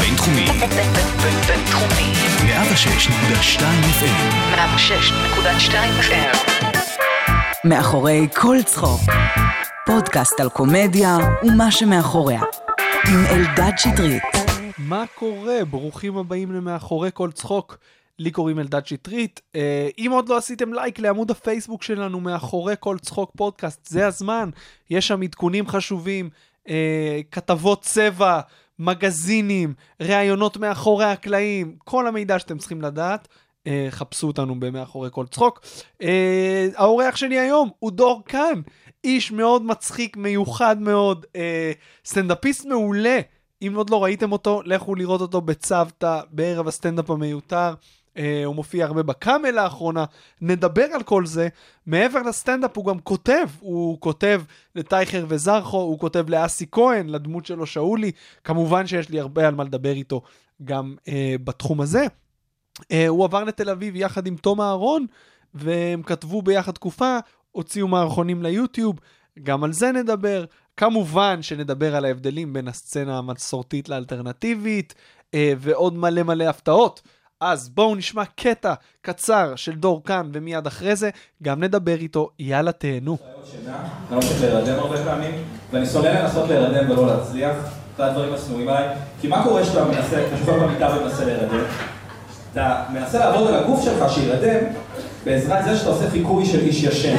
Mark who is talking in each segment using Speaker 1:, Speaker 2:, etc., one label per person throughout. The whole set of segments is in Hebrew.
Speaker 1: הבינתחומי.
Speaker 2: בינתחומי.
Speaker 1: 106.2 FM.
Speaker 2: 106.2 FM.
Speaker 3: מאחורי כל צחוק. פודקאסט על קומדיה ומה שמאחוריה. עם אלדד שטרית.
Speaker 4: מה קורה? ברוכים הבאים למאחורי כל צחוק. לי קוראים אלדד שטרית. אם עוד לא עשיתם לייק לעמוד הפייסבוק שלנו מאחורי כל צחוק פודקאסט, זה הזמן. יש שם עדכונים חשובים, כתבות צבע, מגזינים, ראיונות מאחורי הקלעים, כל המידע שאתם צריכים לדעת. חפשו אותנו במאחורי כל צחוק. האורח שלי היום הוא דור כאן, איש מאוד מצחיק, מיוחד מאוד, סטנדאפיסט מעולה. אם עוד לא ראיתם אותו, לכו לראות אותו בצוותא, בערב הסטנדאפ המיותר. הוא מופיע הרבה בקאמל לאחרונה. נדבר על כל זה. מעבר לסטנדאפ הוא גם כותב. הוא כותב לטייכר וזרחו, הוא כותב לאסי כהן, לדמות שלו שאולי. כמובן שיש לי הרבה על מה לדבר איתו גם בתחום הזה. הוא עבר לתל אביב יחד עם תום אהרון, והם כתבו ביחד תקופה, הוציאו מערכונים ליוטיוב. גם על זה נדבר. כמובן שנדבר על ההבדלים בין הסצנה המסורתית לאלטרנטיבית, ועוד מלא מלא הפתעות. אז בואו נשמע קטע קצר של דור כאן, ומיד אחרי זה גם נדבר איתו. יאללה, תהנו.
Speaker 5: אני לא צריך להירדם הרבה פעמים, ואני שונא לנסות להירדם ולא להצליח. זה הדברים הסנועים עליי. כי מה קורה שאתה מנסה, אתה שוכב במיטה ומנסה להירדם? אתה מנסה לעבוד על הגוף שלך שירדם, בעזרת זה שאתה עושה חיקוי של איש ישן.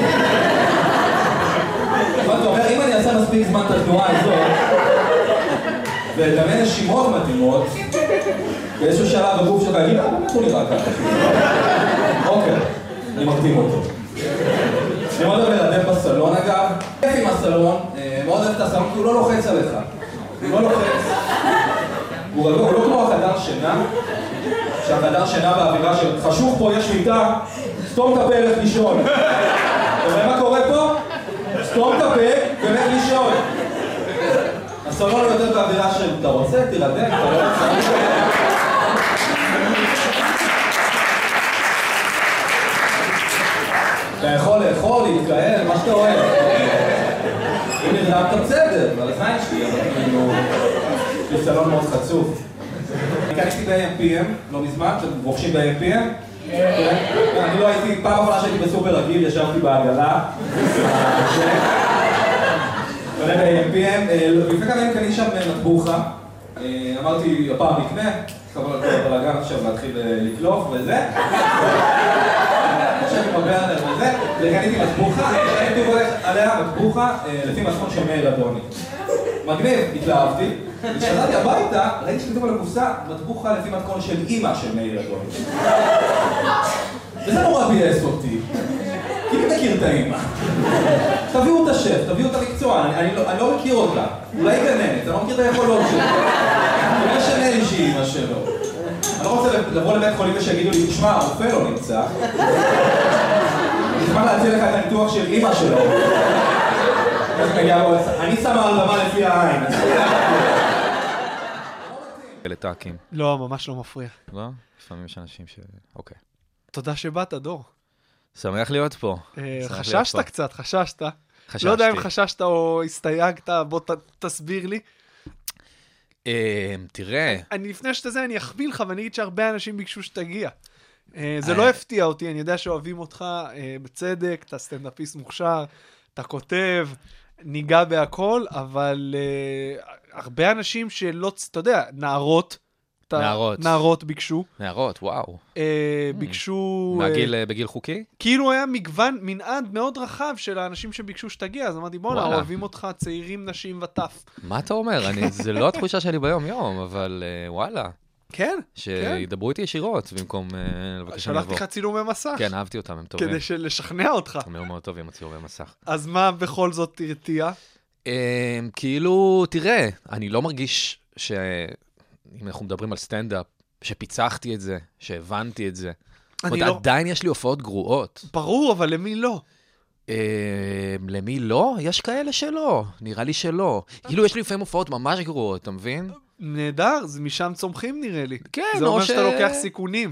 Speaker 5: ואתה אומר, אם אני אעשה מספיק זמן את התנועה הזאת, ולדמיין נשימות מתאימות, באיזשהו שלב הגוף שלך יגיד, באמת הוא נראה ככה. אוקיי, אני מרתים אותו. אני מאוד אוהב להירדם בסלון אגב. כיף עם הסלון, מאוד אוהב את הסלון כי הוא לא לוחץ עליך. הוא לא לוחץ. הוא לא כמו החדר שינה, שהחדר שינה באווירה של חשוך פה, יש מיטה, סתום את הפה, לך לישון. אתה רואה מה קורה פה? סתום את הפה ולך לישון. הסלון הוא יותר באווירה של אתה רוצה, תירדם, אתה לא רוצה. אתה יכול לאכול, להתקהל, מה שאתה אוהב. אם נרדמת בסדר, אבל הזין שלי, אבל כאילו, יש לי סלון מאוד חצוף. אני קניתי ב-AMPM, לא מזמן, אתם רוכשים ב-AMPM? אני לא הייתי, פעם אחרונה שהייתי בסופר רגיל, ישבתי בעגלה. קונה ב-AMPM, לפני כמה ימים קניתי שם מטבוחה. אמרתי, הפעם נקנה, אבל בלגן עכשיו להתחיל לקלוף וזה. עכשיו עם הברנר וזה, וקניתי מטבוחה, הייתי הולך עליה מטבוחה לפי מתכון של מאיר אדוני. מגניב, התלהבתי, כשחזרתי הביתה, ראיתי שכתוב על הקופסה מטבוחה לפי מתכון של אימא של מאיר אדוני. וזה נורא בייס אותי, כי מי מכיר את האימא? תביאו את השף, תביאו את המקצוע, אני לא מכיר אותה, אולי גננת, אני לא מכיר את היכולות שלה. זה לא משנה לי שהיא אימא שלו. אני לא רוצה לבוא לבית חולים ושיגידו לי, תשמע, הרופא לא נמצא. אני זמן להציע לך את הניתוח של אמא שלו. אני שם הרדמה לפי העין.
Speaker 6: אלה טאקים.
Speaker 4: לא, ממש לא מפריע.
Speaker 6: לא? לפעמים יש אנשים ש... אוקיי.
Speaker 4: תודה שבאת, דור.
Speaker 6: שמח להיות פה.
Speaker 4: חששת קצת, חששת.
Speaker 6: חששתי.
Speaker 4: לא יודע אם חששת או הסתייגת, בוא תסביר לי.
Speaker 6: תראה.
Speaker 4: לפני שתזה, אני אכביל לך ואני אגיד שהרבה אנשים ביקשו שתגיע. זה לא הפתיע אותי, אני יודע שאוהבים אותך בצדק, אתה סטנדאפיסט מוכשר, אתה כותב, ניגע בהכל, אבל הרבה אנשים שלא, אתה יודע, נערות ביקשו.
Speaker 6: נערות, וואו.
Speaker 4: ביקשו...
Speaker 6: בגיל חוקי?
Speaker 4: כאילו היה מנעד מאוד רחב של האנשים שביקשו שתגיע, אז אמרתי, בוא, אוהבים אותך, צעירים, נשים וטף.
Speaker 6: מה אתה אומר? זה לא התחושה שלי ביום יום, אבל וואלה.
Speaker 4: כן.
Speaker 6: שידברו איתי ישירות, במקום לבקש אני לבוא.
Speaker 4: שלחתי לך צילומי מסך.
Speaker 6: כן, אהבתי אותם, הם טובים.
Speaker 4: כדי לשכנע אותך.
Speaker 6: הם מאוד טובים, הצילומי מסך.
Speaker 4: אז מה בכל זאת תרתיע?
Speaker 6: כאילו, תראה, אני לא מרגיש אם אנחנו מדברים על סטנדאפ, שפיצחתי את זה, שהבנתי את זה. עדיין יש לי הופעות גרועות.
Speaker 4: ברור, אבל למי לא?
Speaker 6: למי לא? יש כאלה שלא. נראה לי שלא. כאילו יש לי לפעמים הופעות ממש גרועות, אתה מבין?
Speaker 4: נהדר, זה משם צומחים נראה לי.
Speaker 6: כן,
Speaker 4: זה אומר שאתה לוקח סיכונים.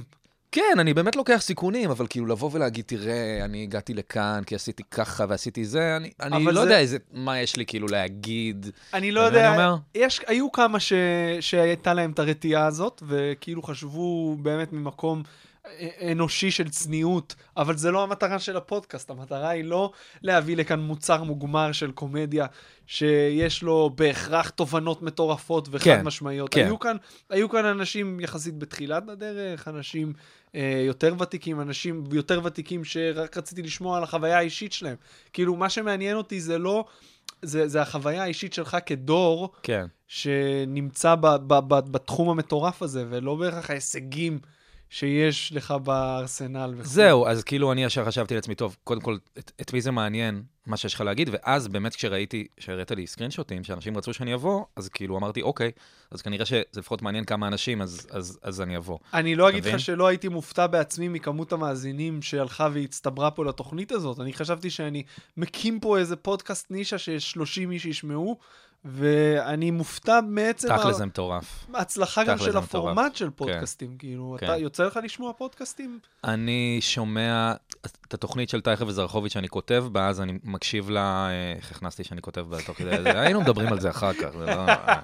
Speaker 6: כן, אני באמת לוקח סיכונים, אבל כאילו לבוא ולהגיד, תראה, אני הגעתי לכאן, כי עשיתי ככה ועשיתי זה, אני לא יודע מה יש לי כאילו להגיד.
Speaker 4: אני לא יודע, היו כמה שהייתה להם את הרתיעה הזאת, וכאילו חשבו באמת ממקום אנושי של צניעות, אבל זה לא המטרה של הפודקאסט, המטרה היא לא להביא לכאן מוצר מוגמר של קומדיה, שיש לו בהכרח תובנות מטורפות וחד משמעיות. היו כאן אנשים יחסית בתחילת הדרך, אנשים יותר ותיקים, אנשים יותר ותיקים שרק רציתי לשמוע על החוויה האישית שלהם. כאילו, מה שמעניין אותי זה לא, זה החוויה האישית שלך כדור, שנמצא בתחום המטורף הזה, ולא בהכרח ההישגים שיש לך בארסנל.
Speaker 6: זהו, אז כאילו אני ישר חשבתי לעצמי, טוב, קודם כל, את מי זה מעניין מה שיש לך להגיד, ואז באמת כשראית לי סקרינשוטים, שאנשים רצו שאני אבוא, אז כאילו אמרתי, אוקיי, אז כנראה שזה לפחות מעניין כמה אנשים, אז אני אבוא.
Speaker 4: אני לא אגיד לך שלא הייתי מופתע בעצמי מכמות המאזינים שהלכה והצטברה פה לתוכנית הזאת. אני חשבתי שאני מקים פה איזה פודקאסט נישה שיש 30 איש שישמעו, ואני מופתע מעצם
Speaker 6: תכל'ס זה מטורף.
Speaker 4: ההצלחה גם של הפורמט של פודקאסטים, כאילו, אתה יוצא לך לשמוע פודקאסטים?
Speaker 6: אני שומע את התוכנית של טייכה וזרחוביץ' שאני כותב בה, אז אני מקשיב לה, איך הכנסתי שאני כותב בה תוך כדי זה, היינו מדברים על זה אחר כך, זה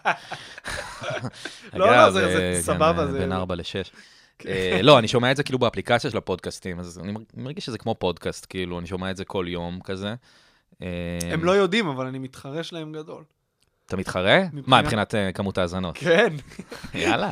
Speaker 6: לא...
Speaker 4: לא, זה סבבה, זה...
Speaker 6: בין 4 ל-6. לא, אני שומע את זה כאילו באפליקציה של הפודקאסטים, אז אני מרגיש שזה כמו פודקאסט, כאילו, אני שומע את זה כל יום כזה.
Speaker 4: הם לא יודעים, אבל אני מתחרש להם גדול.
Speaker 6: אתה מתחרה? מה, מבחינת כמות האזנות?
Speaker 4: כן.
Speaker 6: יאללה.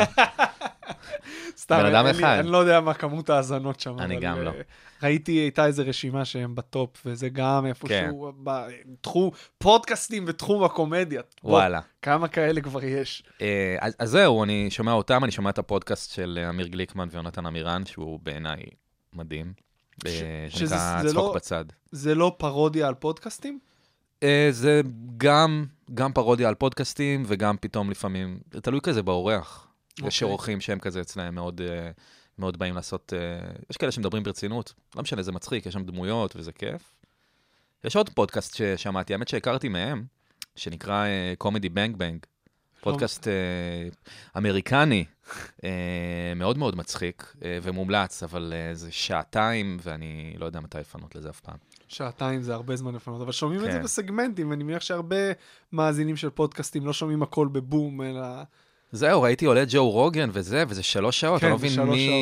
Speaker 4: סתם,
Speaker 6: בן אדם אחד.
Speaker 4: אני לא יודע מה כמות האזנות שם.
Speaker 6: אני גם לא.
Speaker 4: ראיתי, הייתה איזו רשימה שהם בטופ, וזה גם איפשהו, בתחום, פודקאסטים בתחום הקומדיה.
Speaker 6: וואלה.
Speaker 4: כמה כאלה כבר יש.
Speaker 6: אז זהו, אני שומע אותם, אני שומע את הפודקאסט של אמיר גליקמן ויונתן אמירן, שהוא בעיניי מדהים. שנקרא צחוק בצד.
Speaker 4: זה לא פרודיה על פודקאסטים?
Speaker 6: זה גם פרודיה על פודקאסטים, וגם פתאום לפעמים, תלוי כזה באורח. יש אורחים שהם כזה אצלהם מאוד באים לעשות, יש כאלה שמדברים ברצינות, לא משנה, זה מצחיק, יש שם דמויות וזה כיף. יש עוד פודקאסט ששמעתי, האמת שהכרתי מהם, שנקרא קומדי בנג בנג, פודקאסט אמריקני, מאוד מאוד מצחיק ומומלץ, אבל זה שעתיים, ואני לא יודע מתי לפנות לזה אף פעם.
Speaker 4: שעתיים זה הרבה זמן לפנות, אבל שומעים את זה בסגמנטים, ואני מניח שהרבה מאזינים של פודקאסטים לא שומעים הכל בבום, אלא...
Speaker 6: זהו, ראיתי עולה ג'ו רוגן וזה 3 שעות, אני לא מבין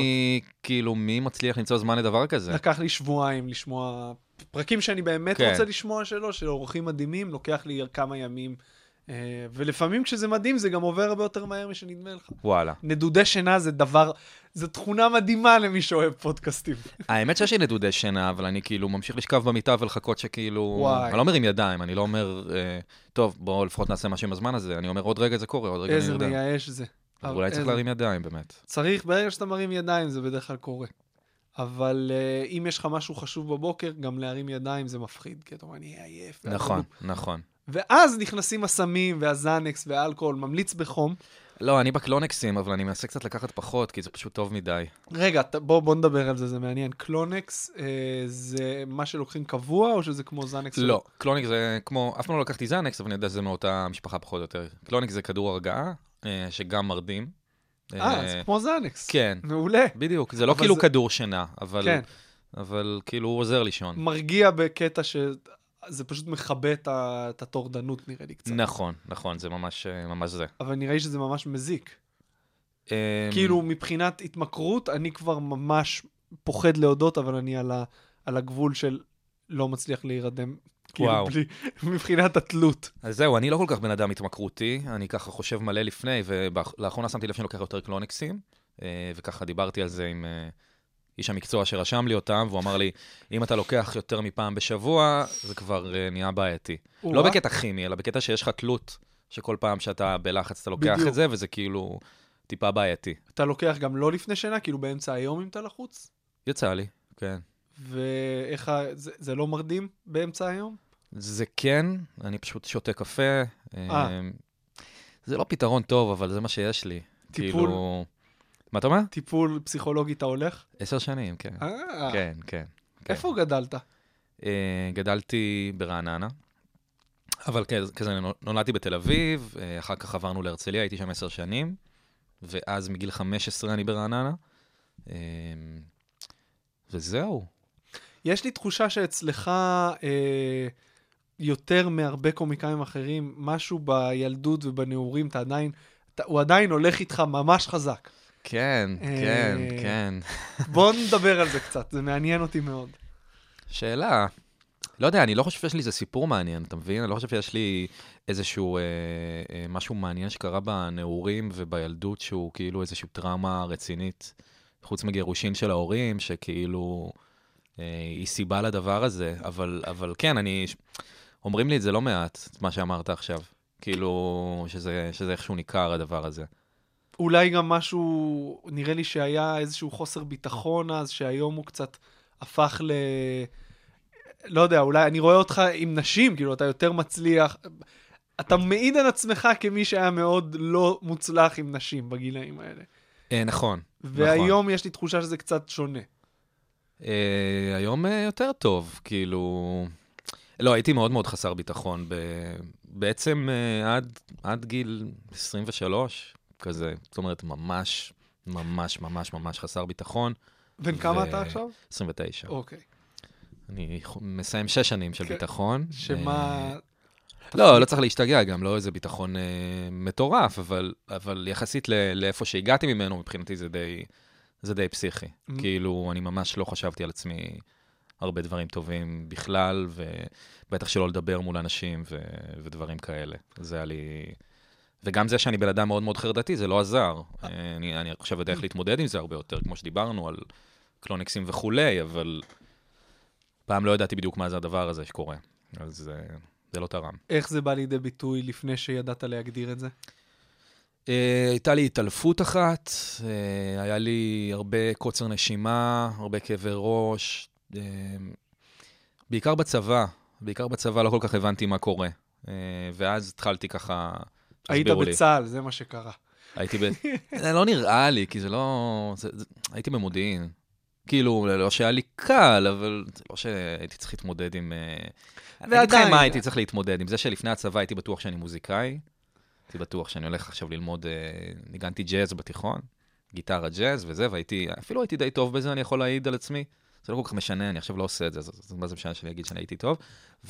Speaker 6: מי מצליח למצוא זמן לדבר כזה.
Speaker 4: לקח לי שבועיים לשמוע פרקים שאני באמת רוצה לשמוע שלו, של אורחים מדהימים, לוקח לי כמה ימים, ולפעמים כשזה מדהים זה גם עובר הרבה יותר מהר משנדמה לך.
Speaker 6: וואלה.
Speaker 4: נדודי שינה זה זו תכונה מדהימה למי שאוהב פודקאסטים.
Speaker 6: האמת שיש לי נדודי שינה, אבל אני כאילו ממשיך לשכב במיטה ולחכות שכאילו... אני לא מרים ידיים, אני לא אומר, טוב, בואו לפחות נעשה משהו עם הזמן הזה, אני אומר, עוד רגע זה קורה, עוד רגע אני יודע.
Speaker 4: איזה מייאש זה.
Speaker 6: אולי צריך להרים ידיים, באמת.
Speaker 4: צריך, ברגע שאתה מרים ידיים, זה בדרך כלל קורה. אבל אם יש לך משהו חשוב בבוקר, גם להרים ידיים זה מפחיד, כי אתה אומר, אני עייף.
Speaker 6: נכון.
Speaker 4: ואז נכנסים הסמים והזנקס והאלכוהול, ממליץ בחום.
Speaker 6: לא, אני בקלונקסים, אבל אני מנסה קצת לקחת פחות, כי זה פשוט טוב מדי.
Speaker 4: רגע, בוא נדבר על זה, זה מעניין. קלונקס זה מה שלוקחים קבוע, או שזה כמו זנקס?
Speaker 6: לא, קלונקס זה כמו, אף פעם לא לקחתי זנקס, אבל אני יודע שזה מאותה משפחה פחות או יותר. קלונקס זה כדור הרגעה, שגם מרדים.
Speaker 4: זה כמו זנקס.
Speaker 6: כן.
Speaker 4: מעולה.
Speaker 6: בדיוק, זה לא כאילו כדור שינה, אבל כאילו הוא עוזר לישון.
Speaker 4: מרגיע בקטע זה פשוט מכבה את הטורדנות, נראה לי קצת.
Speaker 6: נכון, זה ממש זה.
Speaker 4: אבל נראה לי שזה ממש מזיק. כאילו, מבחינת התמכרות, אני כבר ממש פוחד להודות, אבל אני על הגבול של לא מצליח להירדם, כאילו בלי, מבחינת התלות.
Speaker 6: אז זהו, אני לא כל כך בן אדם התמכרותי, אני ככה חושב מלא לפני, ולאחרונה שמתי לב שאני לוקח יותר קלונקסים, וככה דיברתי על זה עם... איש המקצוע שרשם לי אותם, והוא אמר לי, אם אתה לוקח יותר מפעם בשבוע, זה כבר נהיה בעייתי. לא בקטע כימי, אלא בקטע שיש לך תלות, שכל פעם שאתה בלחץ אתה לוקח את זה, וזה כאילו טיפה בעייתי.
Speaker 4: אתה לוקח גם לא לפני שינה, כאילו באמצע היום אם אתה לחוץ?
Speaker 6: יצא לי, כן.
Speaker 4: ואיך, זה לא מרדים באמצע היום?
Speaker 6: זה כן, אני פשוט שותה קפה. זה לא פתרון טוב, אבל זה מה שיש לי.
Speaker 4: טיפול?
Speaker 6: מה אתה אומר?
Speaker 4: טיפול פסיכולוגי אתה הולך?
Speaker 6: 10 שנים, כן. כן.
Speaker 4: איפה גדלת?
Speaker 6: גדלתי ברעננה, אבל כזה נולדתי בתל אביב, אחר כך עברנו להרצליה, הייתי שם 10 שנים, ואז מגיל 15 אני ברעננה, וזהו.
Speaker 4: יש לי תחושה שאצלך יותר מהרבה קומיקאים אחרים, משהו בילדות ובנעורים, הוא עדיין הולך איתך ממש חזק.
Speaker 6: כן, כן, כן.
Speaker 4: בוא נדבר על זה קצת, זה מעניין אותי מאוד.
Speaker 6: שאלה. לא יודע, אני לא חושב שיש לי איזה סיפור מעניין, אתה מבין? אני לא חושב שיש לי איזשהו משהו מעניין שקרה בנעורים ובילדות, שהוא כאילו איזושהי טראומה רצינית, חוץ מגירושין של ההורים, שכאילו היא סיבה לדבר הזה. אבל כן, אומרים לי את זה לא מעט, מה שאמרת עכשיו. כאילו, שזה איכשהו ניכר הדבר הזה.
Speaker 4: אולי גם משהו, נראה לי שהיה איזשהו חוסר ביטחון אז, שהיום הוא קצת הפך לא יודע, אולי אני רואה אותך עם נשים, כאילו אתה יותר מצליח, אתה מעיד על עצמך כמי שהיה מאוד לא מוצלח עם נשים בגילאים האלה.
Speaker 6: נכון.
Speaker 4: והיום יש לי תחושה שזה קצת שונה.
Speaker 6: היום יותר טוב, כאילו... לא, הייתי מאוד מאוד חסר ביטחון, בעצם עד גיל 23, כזה, זאת אומרת, ממש, ממש, ממש, ממש חסר ביטחון.
Speaker 4: בן כמה אתה עכשיו?
Speaker 6: 29.
Speaker 4: אוקיי.
Speaker 6: אני מסיים 6 שנים של ביטחון.
Speaker 4: שמה...
Speaker 6: לא צריך להשתגע גם, לא איזה ביטחון מטורף, אבל יחסית לאיפה שהגעתי ממנו, מבחינתי זה די פסיכי. כאילו, אני ממש לא חשבתי על עצמי הרבה דברים טובים בכלל, ובטח שלא לדבר מול אנשים ודברים כאלה. זה היה לי... וגם זה שאני בן אדם מאוד מאוד חרדתי, זה לא עזר. אני חושב יודע איך להתמודד עם זה הרבה יותר, כמו שדיברנו על קלוניקסים וכולי, אבל פעם לא ידעתי בדיוק מה זה הדבר הזה שקורה. אז זה לא תרם.
Speaker 4: איך זה בא לידי ביטוי לפני שידעת להגדיר את זה?
Speaker 6: הייתה לי התעלפות אחת, היה לי הרבה קוצר נשימה, הרבה כאבי ראש, בעיקר בצבא לא כל כך הבנתי מה קורה. ואז התחלתי ככה...
Speaker 4: היית בצה"ל, זה מה שקרה.
Speaker 6: לא נראה לי, כי זה לא... הייתי במודיעין. כאילו, לא שהיה לי קל, אבל זה לא שהייתי צריך להתמודד עם... ועדיין... מה הייתי צריך להתמודד? עם זה שלפני הצבא הייתי בטוח שאני מוזיקאי. הייתי בטוח שאני הולך עכשיו ללמוד... ניגנתי ג'אז בתיכון, גיטרה ג'אז וזה, אפילו הייתי די טוב בזה, אני יכול להעיד על עצמי. זה לא כל כך משנה, אני עכשיו לא עושה את זה, מה זה משנה שאני אגיד שאני הייתי טוב.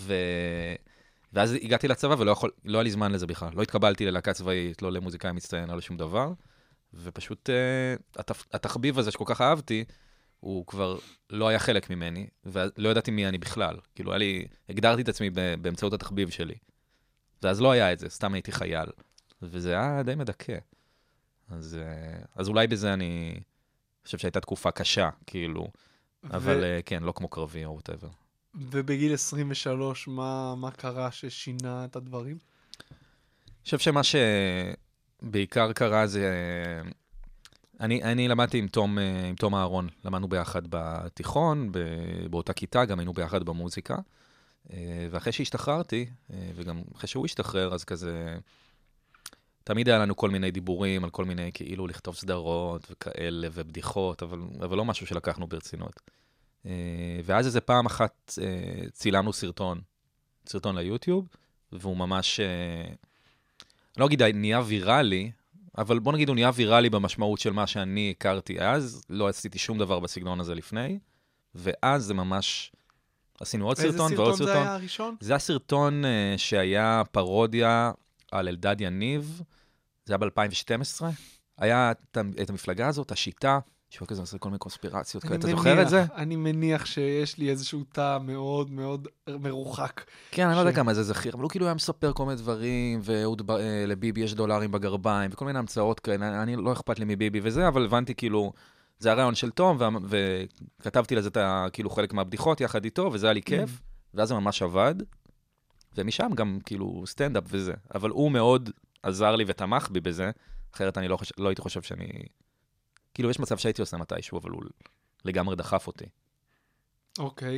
Speaker 6: ואז הגעתי לצבא ולא היה לי זמן לזה בכלל. לא התקבלתי ללהקה צבאית, לא למוזיקאי מצטיין, לא לשום דבר. ופשוט התחביב הזה שכל כך אהבתי, הוא כבר לא היה חלק ממני, ולא ידעתי מי אני בכלל. כאילו, הגדרתי את עצמי באמצעות התחביב שלי. ואז לא היה את זה, סתם הייתי חייל. וזה היה די מדכא. אז אולי בזה אני חושב שהייתה תקופה קשה, כאילו. אבל כן, לא כמו קרבי או whatever.
Speaker 4: ובגיל 23, מה קרה ששינה את הדברים?
Speaker 6: אני חושב שמה שבעיקר קרה זה... אני למדתי עם תום אהרון, למדנו ביחד בתיכון, באותה כיתה, גם היינו ביחד במוזיקה. ואחרי שהשתחררתי, וגם אחרי שהוא השתחרר, אז כזה... תמיד היה לנו כל מיני דיבורים על כל מיני כאילו לכתוב סדרות וכאלה ובדיחות, אבל לא משהו שלקחנו ברצינות. ואז איזה פעם אחת צילמנו סרטון ליוטיוב, והוא ממש, אני לא אגיד נהיה ויראלי, אבל בוא נגיד הוא נהיה ויראלי במשמעות של מה שאני הכרתי אז, לא עשיתי שום דבר בסגנון הזה לפני, ואז זה ממש, עשינו עוד סרטון ועוד סרטון.
Speaker 4: איזה סרטון זה היה הראשון?
Speaker 6: זה הסרטון שהיה פרודיה על אלדד יניב, זה היה ב-2012, היה את המפלגה הזאת, השיטה, שהוא כזה עושה כל מיני קונספירציות, אתה זוכר את זה?
Speaker 4: אני מניח שיש לי איזשהו תא מאוד מאוד מרוחק.
Speaker 6: כן, אני לא יודע כמה זה זכיר, אבל הוא כאילו היה מספר כל מיני דברים, ולביבי יש דולרים בגרביים, וכל מיני המצאות כאלה, אני לא אכפת לי מביבי וזה, אבל הבנתי כאילו, זה הרעיון של תום, וכתבתי לזה כאילו חלק מהבדיחות יחד איתו, וזה היה לי כיף, ואז זה ממש עבד, ומשם גם כאילו סטנדאפ וזה, אבל הוא מאוד עזר לי ותמך בי בזה, אחרת אני לא הייתי חושב שאני... כאילו, יש מצב שהייתי עושה מתישהו, אבל הוא לגמרי דחף אותי.
Speaker 4: אוקיי.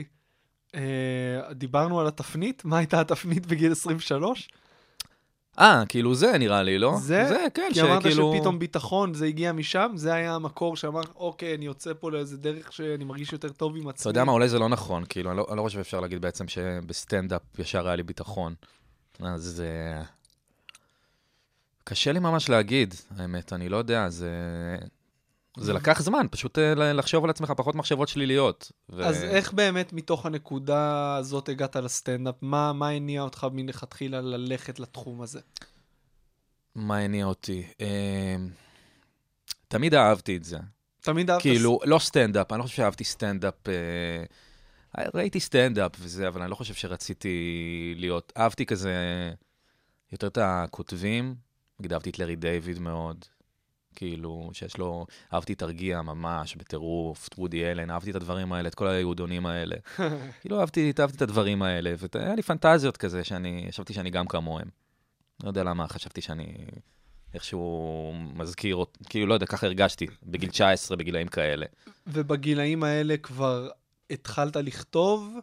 Speaker 4: דיברנו על התפנית? מה הייתה התפנית בגיל 23?
Speaker 6: כאילו זה נראה לי, לא?
Speaker 4: זה,
Speaker 6: כן.
Speaker 4: כי אמרת שפתאום ביטחון, זה הגיע משם, זה היה המקור שאמר, אוקיי, אני יוצא פה לאיזה דרך שאני מרגיש יותר טוב עם עצמי.
Speaker 6: אתה יודע מה, אולי זה לא נכון, כאילו, אני לא חושב שאפשר להגיד בעצם שבסטנדאפ ישר היה לי ביטחון. אז קשה לי ממש להגיד, האמת, אני לא יודע, זה לקח זמן, פשוט לחשוב על עצמך, פחות מחשבות שליליות.
Speaker 4: אז איך באמת מתוך הנקודה הזאת הגעת לסטנדאפ? מה הניע אותך מלכתחילה ללכת לתחום הזה?
Speaker 6: מה הניע אותי? תמיד אהבתי את זה.
Speaker 4: תמיד אהבת?
Speaker 6: כאילו, לא סטנדאפ, אני לא חושב שאהבתי סטנדאפ, ראיתי סטנדאפ וזה, אבל אני לא חושב שרציתי להיות, אהבתי כזה יותר את הכותבים, נגיד אהבתי את לרי דיוויד מאוד, כאילו, שיש לו, אהבתי תרגיע ממש, בטירוף, את וודי אלן, אהבתי את הדברים האלה, את כל היהודונים האלה. כאילו, אהבתי את הדברים האלה, והיה לי פנטזיות כזה, חשבתי שאני גם כמוהם. לא יודע למה, חשבתי שאני איכשהו מזכיר, כאילו, לא יודע, ככה הרגשתי, בגיל 19, בגילאים כאלה.
Speaker 4: ובגילאים האלה כבר התחלת לכתוב,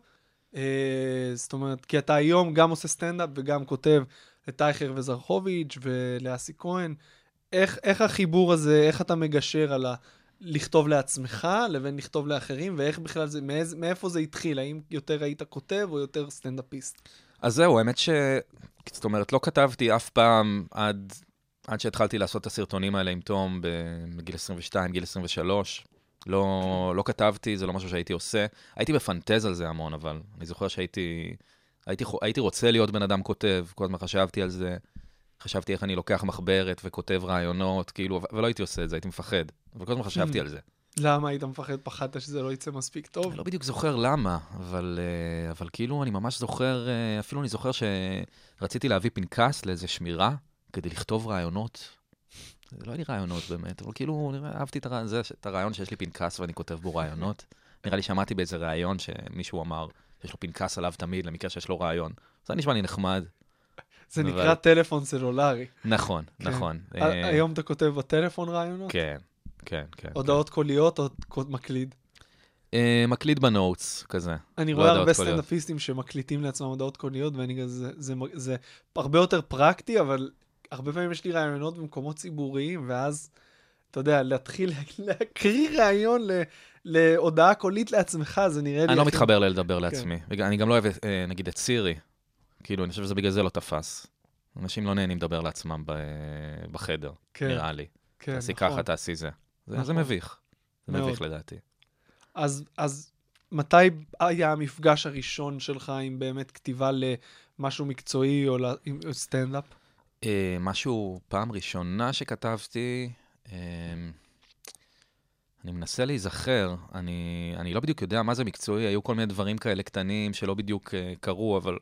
Speaker 4: זאת אומרת, כי אתה היום גם עושה סטנדאפ וגם כותב לטייכר וזרחוביץ' ולאסי כהן, איך החיבור הזה, איך אתה מגשר על לכתוב לעצמך לבין לכתוב לאחרים, ואיך בכלל זה, מאיפה זה התחיל? האם יותר היית כותב או יותר סטנדאפיסט?
Speaker 6: אז זהו, האמת זאת אומרת, לא כתבתי אף פעם עד שהתחלתי לעשות את הסרטונים האלה עם תום בגיל 22, גיל 23. לא כתבתי, זה לא משהו שהייתי עושה. הייתי בפנטז על זה המון, אבל אני זוכר הייתי רוצה להיות בן אדם כותב, כל הזמן חשבתי על זה. חשבתי איך אני לוקח מחברת וכותב רעיונות, כאילו, ולא הייתי עושה את זה, הייתי מפחד. אבל כל הזמן חשבתי על זה.
Speaker 4: למה היית מפחד? פחדת שזה לא יצא מספיק טוב?
Speaker 6: אני לא בדיוק זוכר למה, אבל כאילו אני ממש זוכר, אפילו אני זוכר שרציתי להביא פנקס לאיזה שמירה, כדי לכתוב רעיונות. זה לא היה לי רעיונות באמת, אבל כאילו אהבתי את הרעיון שיש לי פנקס ואני כותב בו רעיונות. נראה לי שמעתי באיזה רעיון שמישהו אמר, שיש לו פנקס עליו תמיד, למקרה שיש לו רעיון. זה נשמע לי נחמד.
Speaker 4: זה נקרא טלפון סלולרי.
Speaker 6: נכון, נכון.
Speaker 4: היום אתה כותב בטלפון רעיונות?
Speaker 6: כן, כן.
Speaker 4: הודעות קוליות או מקליד?
Speaker 6: מקליד בנוטס, כזה.
Speaker 4: אני רואה הרבה סטנדאפיסטים שמקליטים לעצמם הודעות קוליות, זה הרבה יותר פרקטי, אבל הרבה פעמים יש לי רעיונות במקומות ציבוריים, ואז, אתה יודע, להתחיל להקריא רעיון להודעה קולית לעצמך, זה נראה לי...
Speaker 6: אני לא מתחבר לדבר לעצמי. אני גם לא אוהב, נגיד, את סירי. כאילו, אני חושב שזה בגלל זה לא תפס. אנשים לא נהנים לדבר לעצמם בחדר, נראה לי. תעשי ככה, תעשי זה. זה מביך. זה מביך לדעתי.
Speaker 4: אז מתי היה המפגש הראשון שלך עם באמת כתיבה למשהו מקצועי או סטנדאפ?
Speaker 6: משהו, פעם ראשונה שכתבתי, אני מנסה להיזכר, אני לא בדיוק יודע מה זה מקצועי, היו כל מיני דברים כאלה קטנים שלא בדיוק קרו, אבל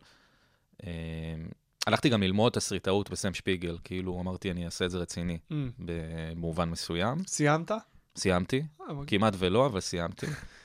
Speaker 6: הלכתי גם ללמוד תסריטאות בסם שפיגל, כאילו אמרתי אני אעשה את זה רציני, במובן מסוים.
Speaker 4: סיימת?
Speaker 6: סיימתי, כמעט ולא, אבל סיימתי.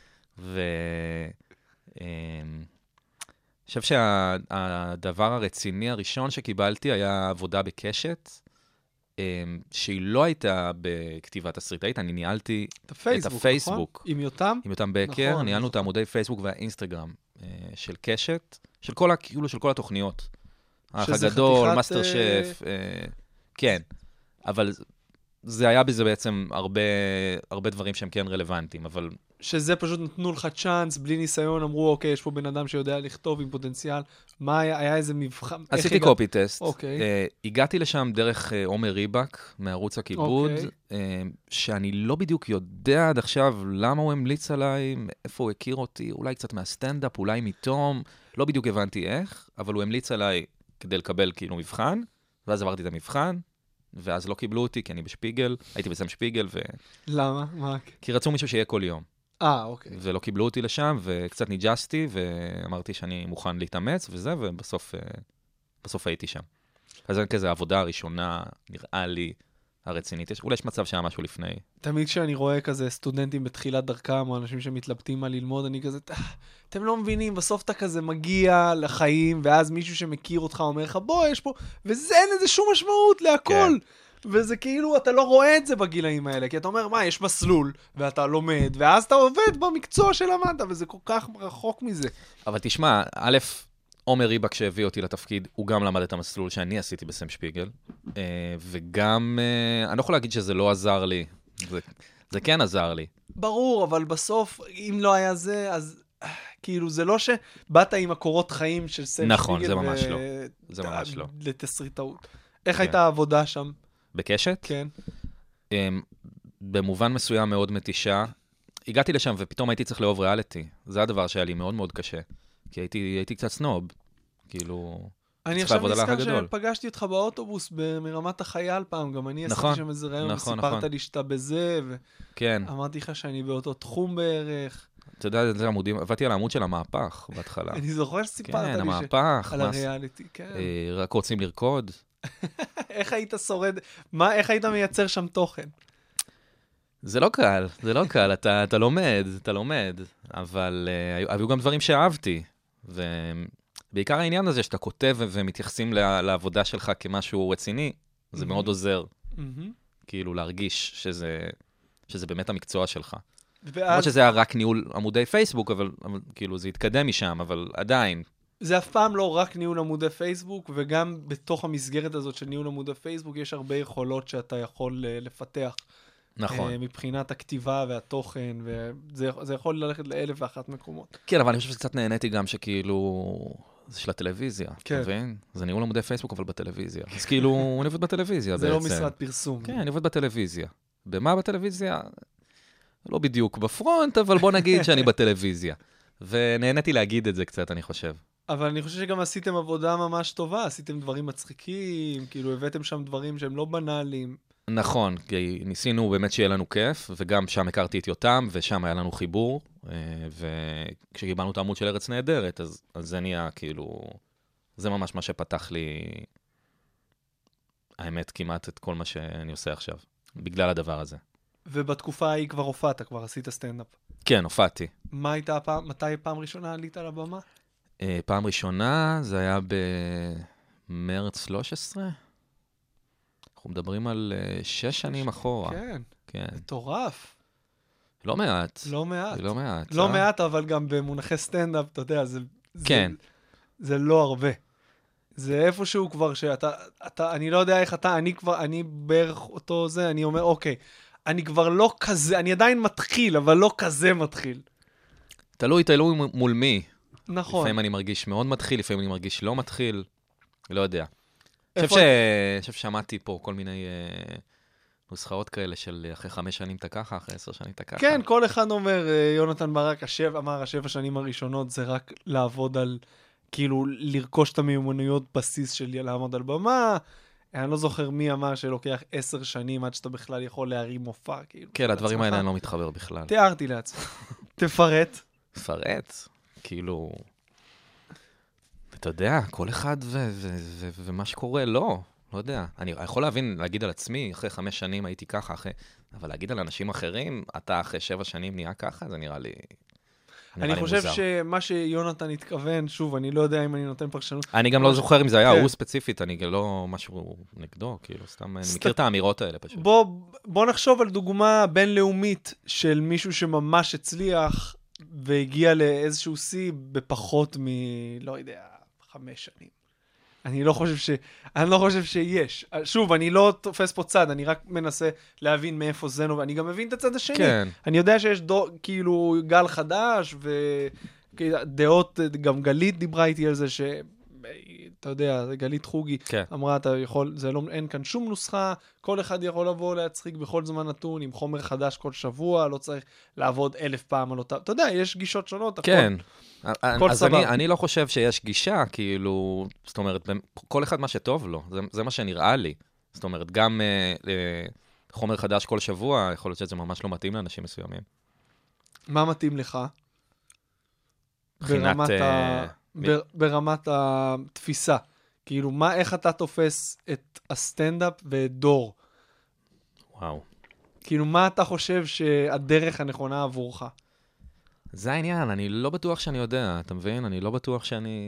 Speaker 6: אני חושב שהדבר הרציני הראשון שקיבלתי היה עבודה בקשת, שהיא לא הייתה בכתיבת תסריטאית, אני ניהלתי את הפייסבוק.
Speaker 4: עם יותם?
Speaker 6: עם יותם בקר, ניהלנו את עמודי פייסבוק והאינסטגרם של קשת, של כל התוכניות. האח הגדול, מאסטר שף, כן. אבל זה היה בזה בעצם הרבה דברים שהם כן רלוונטיים, אבל...
Speaker 4: שזה פשוט נתנו לך צ'אנס, בלי ניסיון, אמרו, אוקיי, יש פה בן אדם שיודע לכתוב עם פוטנציאל. מה היה איזה מבחן?
Speaker 6: עשיתי קופי טסט. הגעתי לשם דרך עומר ריבק, מערוץ הכיבוד, שאני לא בדיוק יודע עד עכשיו למה הוא המליץ עליי, איפה הוא הכיר אותי, אולי קצת מהסטנדאפ, אולי מתום, לא בדיוק הבנתי איך, אבל הוא המליץ עליי כדי לקבל כאילו מבחן, ואז עברתי את המבחן, ואז לא קיבלו אותי, כי אני בשפיגל, הייתי בסם שפיגל,
Speaker 4: למה? מה?
Speaker 6: כי רצו מישהו שיהיה כל יום.
Speaker 4: אוקיי.
Speaker 6: ולא קיבלו אותי לשם, וקצת ניג'סתי, ואמרתי שאני מוכן להתאמץ, וזה, ובסוף הייתי שם. אז זה כזה העבודה הראשונה, נראה לי, הרצינית. אולי יש מצב שהיה משהו לפני.
Speaker 4: תמיד כשאני רואה כזה סטודנטים בתחילת דרכם, או אנשים שמתלבטים מה ללמוד, אני כזה, אתם לא מבינים, בסוף אתה כזה מגיע לחיים, ואז מישהו שמכיר אותך אומר לך, בוא, יש פה, וזה אין איזה שום משמעות להכל. וזה כאילו, אתה לא רואה את זה בגילאים האלה, כי אתה אומר, מה, יש מסלול, ואתה לומד, ואז אתה עובד במקצוע שלמדת, וזה כל כך רחוק מזה.
Speaker 6: אבל תשמע, א', עומר ריבק שהביא אותי לתפקיד, הוא גם למד את המסלול שאני עשיתי בסם שפיגל, וגם, אני לא יכול להגיד שזה לא עזר לי, זה כן עזר לי.
Speaker 4: ברור, אבל בסוף, אם לא היה זה, אז כאילו, זה לא שבאת עם הקורות חיים של סם
Speaker 6: נכון,
Speaker 4: שפיגל.
Speaker 6: נכון, זה ממש לא. זה ממש לא.
Speaker 4: לתסריטאות. איך הייתה העבודה שם?
Speaker 6: בקשת?
Speaker 4: כן.
Speaker 6: במובן מסוים מאוד מתישה. הגעתי לשם ופתאום הייתי צריך לאהוב ריאליטי. זה הדבר שהיה לי מאוד מאוד קשה. כי הייתי קצת סנוב. כאילו,
Speaker 4: אני
Speaker 6: צריך
Speaker 4: עכשיו
Speaker 6: לעבוד על האח
Speaker 4: נזכר
Speaker 6: הגדול.
Speaker 4: שפגשתי אותך באוטובוס מרמת החייל פעם, גם אני עשיתי
Speaker 6: נכון,
Speaker 4: שם איזה רעיון,
Speaker 6: נכון,
Speaker 4: וסיפרת
Speaker 6: נכון.
Speaker 4: לי שאתה בזה,
Speaker 6: כן.
Speaker 4: ואמרתי לך שאני באותו תחום בערך.
Speaker 6: אתה יודע, זה עמודים, עבדתי על העמוד של המהפך בהתחלה.
Speaker 4: אני זוכר שסיפרת
Speaker 6: כן,
Speaker 4: לי
Speaker 6: המהפך.
Speaker 4: על הריאליטי, כן.
Speaker 6: רק רוצים לרקוד.
Speaker 4: איך היית שורד, איך היית מייצר שם תוכן?
Speaker 6: זה לא קל, אתה לומד, אבל היו גם דברים שאהבתי, ובעיקר העניין הזה שאתה כותב ומתייחסים לעבודה שלך כמשהו רציני, זה מאוד עוזר, כאילו להרגיש שזה באמת המקצוע שלך. למרות שזה היה רק ניהול עמודי פייסבוק, אבל כאילו זה התקדם משם, אבל עדיין.
Speaker 4: זה אף פעם לא רק ניהול עמודי פייסבוק, וגם בתוך המסגרת הזאת של ניהול עמודי פייסבוק, יש הרבה יכולות שאתה יכול לפתח.
Speaker 6: נכון.
Speaker 4: מבחינת הכתיבה והתוכן, וזה יכול ללכת לאלף ואחת מקומות.
Speaker 6: כן, אבל אני חושב שקצת נהניתי גם שכאילו, זה של הטלוויזיה,
Speaker 4: כן.
Speaker 6: אתה מבין? זה ניהול עמודי פייסבוק, אבל בטלוויזיה. אז כאילו, אני עובד בטלוויזיה
Speaker 4: זה
Speaker 6: בעצם.
Speaker 4: לא משרד פרסום.
Speaker 6: כן, אני עובד בטלוויזיה. במה בטלוויזיה? לא בדיוק בפרונט, אבל בוא נגיד שאני בטלוויזיה. ונהניתי להגיד את זה קצת, אני חושב.
Speaker 4: אבל אני חושב שגם עשיתם עבודה ממש טובה, עשיתם דברים מצחיקים, כאילו הבאתם שם דברים שהם לא בנאליים.
Speaker 6: נכון, כי ניסינו באמת שיהיה לנו כיף, וגם שם הכרתי את יותם, ושם היה לנו חיבור, וכשקיבלנו את העמוד של ארץ נהדרת, אז זה נהיה כאילו, זה ממש מה שפתח לי, האמת, כמעט את כל מה שאני עושה עכשיו, בגלל הדבר הזה.
Speaker 4: ובתקופה ההיא כבר הופעת, כבר עשית סטנדאפ.
Speaker 6: כן, הופעתי.
Speaker 4: מתי פעם ראשונה עלית על הבמה?
Speaker 6: פעם ראשונה, זה היה במרץ 13? אנחנו מדברים על 6 שנים אחורה.
Speaker 4: כן,
Speaker 6: כן.
Speaker 4: מטורף.
Speaker 6: לא מעט.
Speaker 4: לא מעט.
Speaker 6: לא מעט.
Speaker 4: לא מעט, אבל גם במונחי סטנדאפ, אתה יודע,
Speaker 6: כן.
Speaker 4: זה לא הרבה. זה איפשהו כבר אני לא יודע איך אני בערך אותו זה, אני אומר, אוקיי, אני כבר לא כזה, אני עדיין מתחיל, אבל לא כזה מתחיל.
Speaker 6: תלוי מול מי.
Speaker 4: נכון.
Speaker 6: לפעמים אני מרגיש מאוד מתחיל, לפעמים אני מרגיש לא מתחיל. לא יודע. אני חושב ששמעתי פה כל מיני נוסחאות כאלה של אחרי 5 שנים אתה ככה, אחרי 10 שנים אתה ככה.
Speaker 4: כן, כל אחד אומר, יונתן ברק אמר, 7 שנים הראשונות זה רק לעבוד על, כאילו, לרכוש את המיומנויות בסיס של לעמוד על במה. אני לא זוכר מי אמר שלוקח 10 שנים עד שאתה בכלל יכול להרים מופע. כאילו,
Speaker 6: כן, הדברים האלה אני לא מתחבר בכלל.
Speaker 4: תיארתי לעצמי. תפרט.
Speaker 6: תפרט. כאילו, אתה יודע, כל אחד ומה שקורה, לא יודע. אני יכול להגיד על עצמי, אחרי 5 שנים הייתי ככה, אבל להגיד על אנשים אחרים, אתה אחרי 7 שנים נהיה ככה, זה נראה לי מוזר.
Speaker 4: אני חושב שמה שיונתן התכוון, שוב, אני לא יודע אם אני נותן פרשנות.
Speaker 6: אני גם לא זוכר אם זה היה הוא ספציפית, אני לא משהו נגדו, כאילו, סתם, אני מכיר את האמירות האלה פשוט.
Speaker 4: בוא נחשוב על דוגמה בינלאומית של מישהו שממש הצליח, והגיע לאיזשהו שיא בפחות לא יודע, 5 שנים. אני לא חושב שיש. שוב, אני לא תופס פה צד, אני רק מנסה להבין מאיפה זה נובע. אני גם מבין את הצד השני.
Speaker 6: כן.
Speaker 4: אני יודע שיש כאילו גל חדש, ודעות, גם גלית דיברה איתי על זה אתה יודע, גלית חוגי אמרה, אין כאן שום נוסחה, כל אחד יכול לבוא להצחיק בכל זמן נתון, עם חומר חדש כל שבוע, לא צריך לעבוד 1000 פעם על אותה, אתה יודע, יש גישות שונות,
Speaker 6: כן, אז אני לא חושב שיש גישה, כאילו, זאת אומרת, כל אחד מה שטוב לו, זה מה שנראה לי, זאת אומרת, גם חומר חדש כל שבוע, יכול להיות שזה ממש לא מתאים לאנשים מסוימים.
Speaker 4: מה מתאים לך?
Speaker 6: מבחינת
Speaker 4: ברמת התפיסה. כאילו, איך אתה תופס את הסטנדאפ ואת דור?
Speaker 6: וואו.
Speaker 4: כאילו, מה אתה חושב שהדרך הנכונה עבורך?
Speaker 6: זה העניין, אני לא בטוח שאני יודע, אתה מבין? אני לא בטוח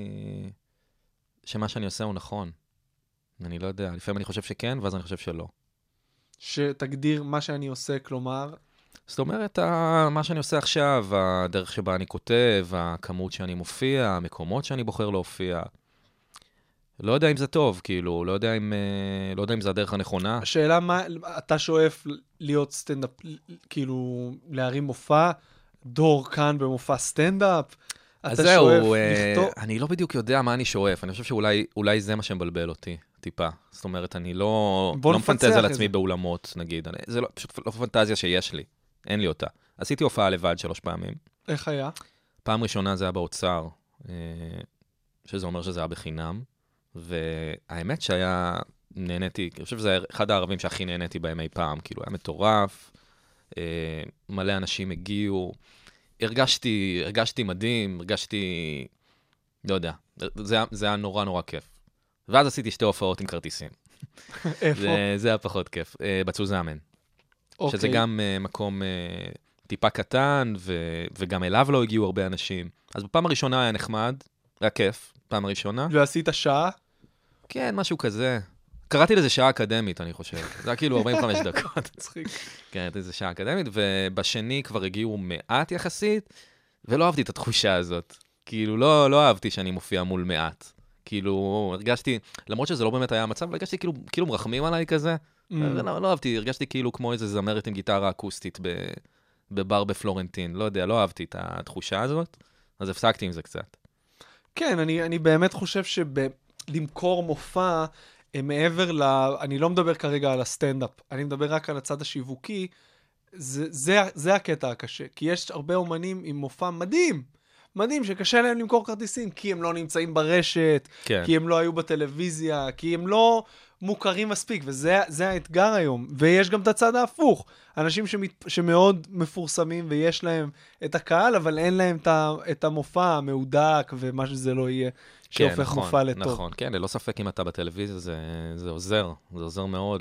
Speaker 6: שמה שאני עושה הוא נכון. אני לא יודע, לפעמים אני חושב שכן, ואז אני חושב שלא.
Speaker 4: שתגדיר מה שאני עושה, כלומר?
Speaker 6: זאת אומרת, מה שאני עושה עכשיו, הדרך שבה אני כותב, הכמות שאני מופיע, המקומות שאני בוחר להופיע, לא יודע אם זה טוב, כאילו, לא יודע אם זה הדרך הנכונה.
Speaker 4: השאלה מה, אתה שואף להיות סטנדאפ, כאילו, להרים מופע, דור כאן במופע סטנדאפ,
Speaker 6: אז זהו, אני לא בדיוק יודע מה אני שואף, אני חושב שאולי זה מה שמבלבל אותי, טיפה. זאת אומרת, אני לא
Speaker 4: בוא
Speaker 6: לא
Speaker 4: נפצח
Speaker 6: מפנטז על
Speaker 4: את
Speaker 6: עצמי
Speaker 4: זה.
Speaker 6: באולמות, נגיד. זה פשוט לא פנטזיה שיש לי. אין לי אותה. עשיתי הופעה לבד 3 פעמים.
Speaker 4: איך היה?
Speaker 6: פעם ראשונה זה היה באוצר, שזה אומר שזה היה בחינם, והאמת נהניתי, אני חושב שזה אחד הערבים שהכי נהניתי בהם אי פעם, כאילו היה מטורף, מלא אנשים הגיעו, הרגשתי מדהים, לא יודע, זה היה נורא נורא כיף. ואז עשיתי 2 הופעות עם כרטיסים.
Speaker 4: איפה?
Speaker 6: זה היה פחות כיף, בצוזמן.
Speaker 4: אוקיי.
Speaker 6: שזה גם מקום טיפה קטן, וגם אליו לא הגיעו הרבה אנשים. אז בפעם הראשונה היה נחמד, היה כיף, פעם הראשונה.
Speaker 4: ועשית שעה?
Speaker 6: כן, משהו כזה. קראתי לזה שעה אקדמית, אני חושב. זה היה כאילו 45 דקות.
Speaker 4: מצחיק.
Speaker 6: כן, זה שעה אקדמית, ובשני כבר הגיעו מעט יחסית, ולא אהבתי את התחושה הזאת. כאילו, לא אהבתי שאני מופיע מול מעט. כאילו, הרגשתי, למרות שזה לא באמת היה המצב, הרגשתי כאילו מרחמים עליי כזה. לא אהבתי, הרגשתי כאילו כמו איזה זמרת עם גיטרה אקוסטית בבר בפלורנטין. לא יודע, לא אהבתי את התחושה הזאת, אז הפסקתי עם זה קצת.
Speaker 4: כן, אני באמת חושב שלמכור מופע, מעבר אני לא מדבר כרגע על הסטנדאפ, אני מדבר רק על הצד השיווקי, זה הקטע הקשה. כי יש הרבה אומנים עם מופע מדהים, שקשה להם למכור כרטיסים, כי הם לא נמצאים ברשת,
Speaker 6: כן.
Speaker 4: כי הם לא היו בטלוויזיה, כי הם לא מוכרים מספיק, וזה האתגר היום. ויש גם את הצד ההפוך. אנשים שמאוד מפורסמים ויש להם את הקהל, אבל אין להם את המופע המהודק ומה שזה לא יהיה, שהופך
Speaker 6: נכון,
Speaker 4: מופע לטוב.
Speaker 6: נכון, כן, ללא ספק אם אתה בטלוויזיה, זה עוזר. זה עוזר מאוד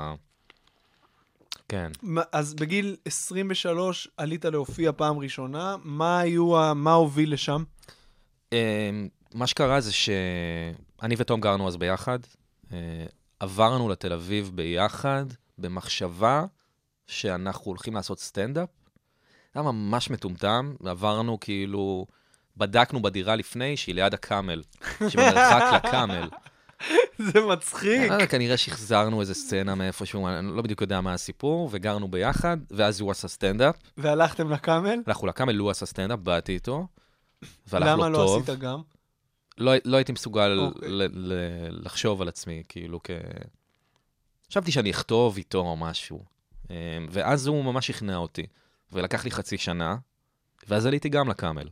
Speaker 6: כן.
Speaker 4: אז בגיל 23 עלית להופיע פעם ראשונה, מה הוביל לשם?
Speaker 6: מה שקרה זה שאני ותום גרנו אז ביחד, עברנו לתל אביב ביחד, במחשבה שאנחנו הולכים לעשות סטנדאפ. זה היה ממש מטומטם, עברנו כאילו, בדקנו בדירה לפני שהיא ליד הקאמל, שבמרחק לקאמל.
Speaker 4: זה מצחיק.
Speaker 6: כנראה שחזרנו איזה סצנה מאיפשהו, אני לא בדיוק יודע מה הסיפור, וגרנו ביחד, ואז הוא עשה סטנדאפ.
Speaker 4: והלכתם לקאמל?
Speaker 6: הלכנו לקאמל, הוא עשה סטנדאפ, באתי איתו, והלך לו טוב.
Speaker 4: למה לא עשית גם?
Speaker 6: לא הייתי מסוגל לחשוב על עצמי, כאילו חשבתי שאני אכתוב איתו או משהו, ואז הוא ממש שכנע אותי, ולקח לי 0.5 שנה, ואז עליתי גם לקאמל.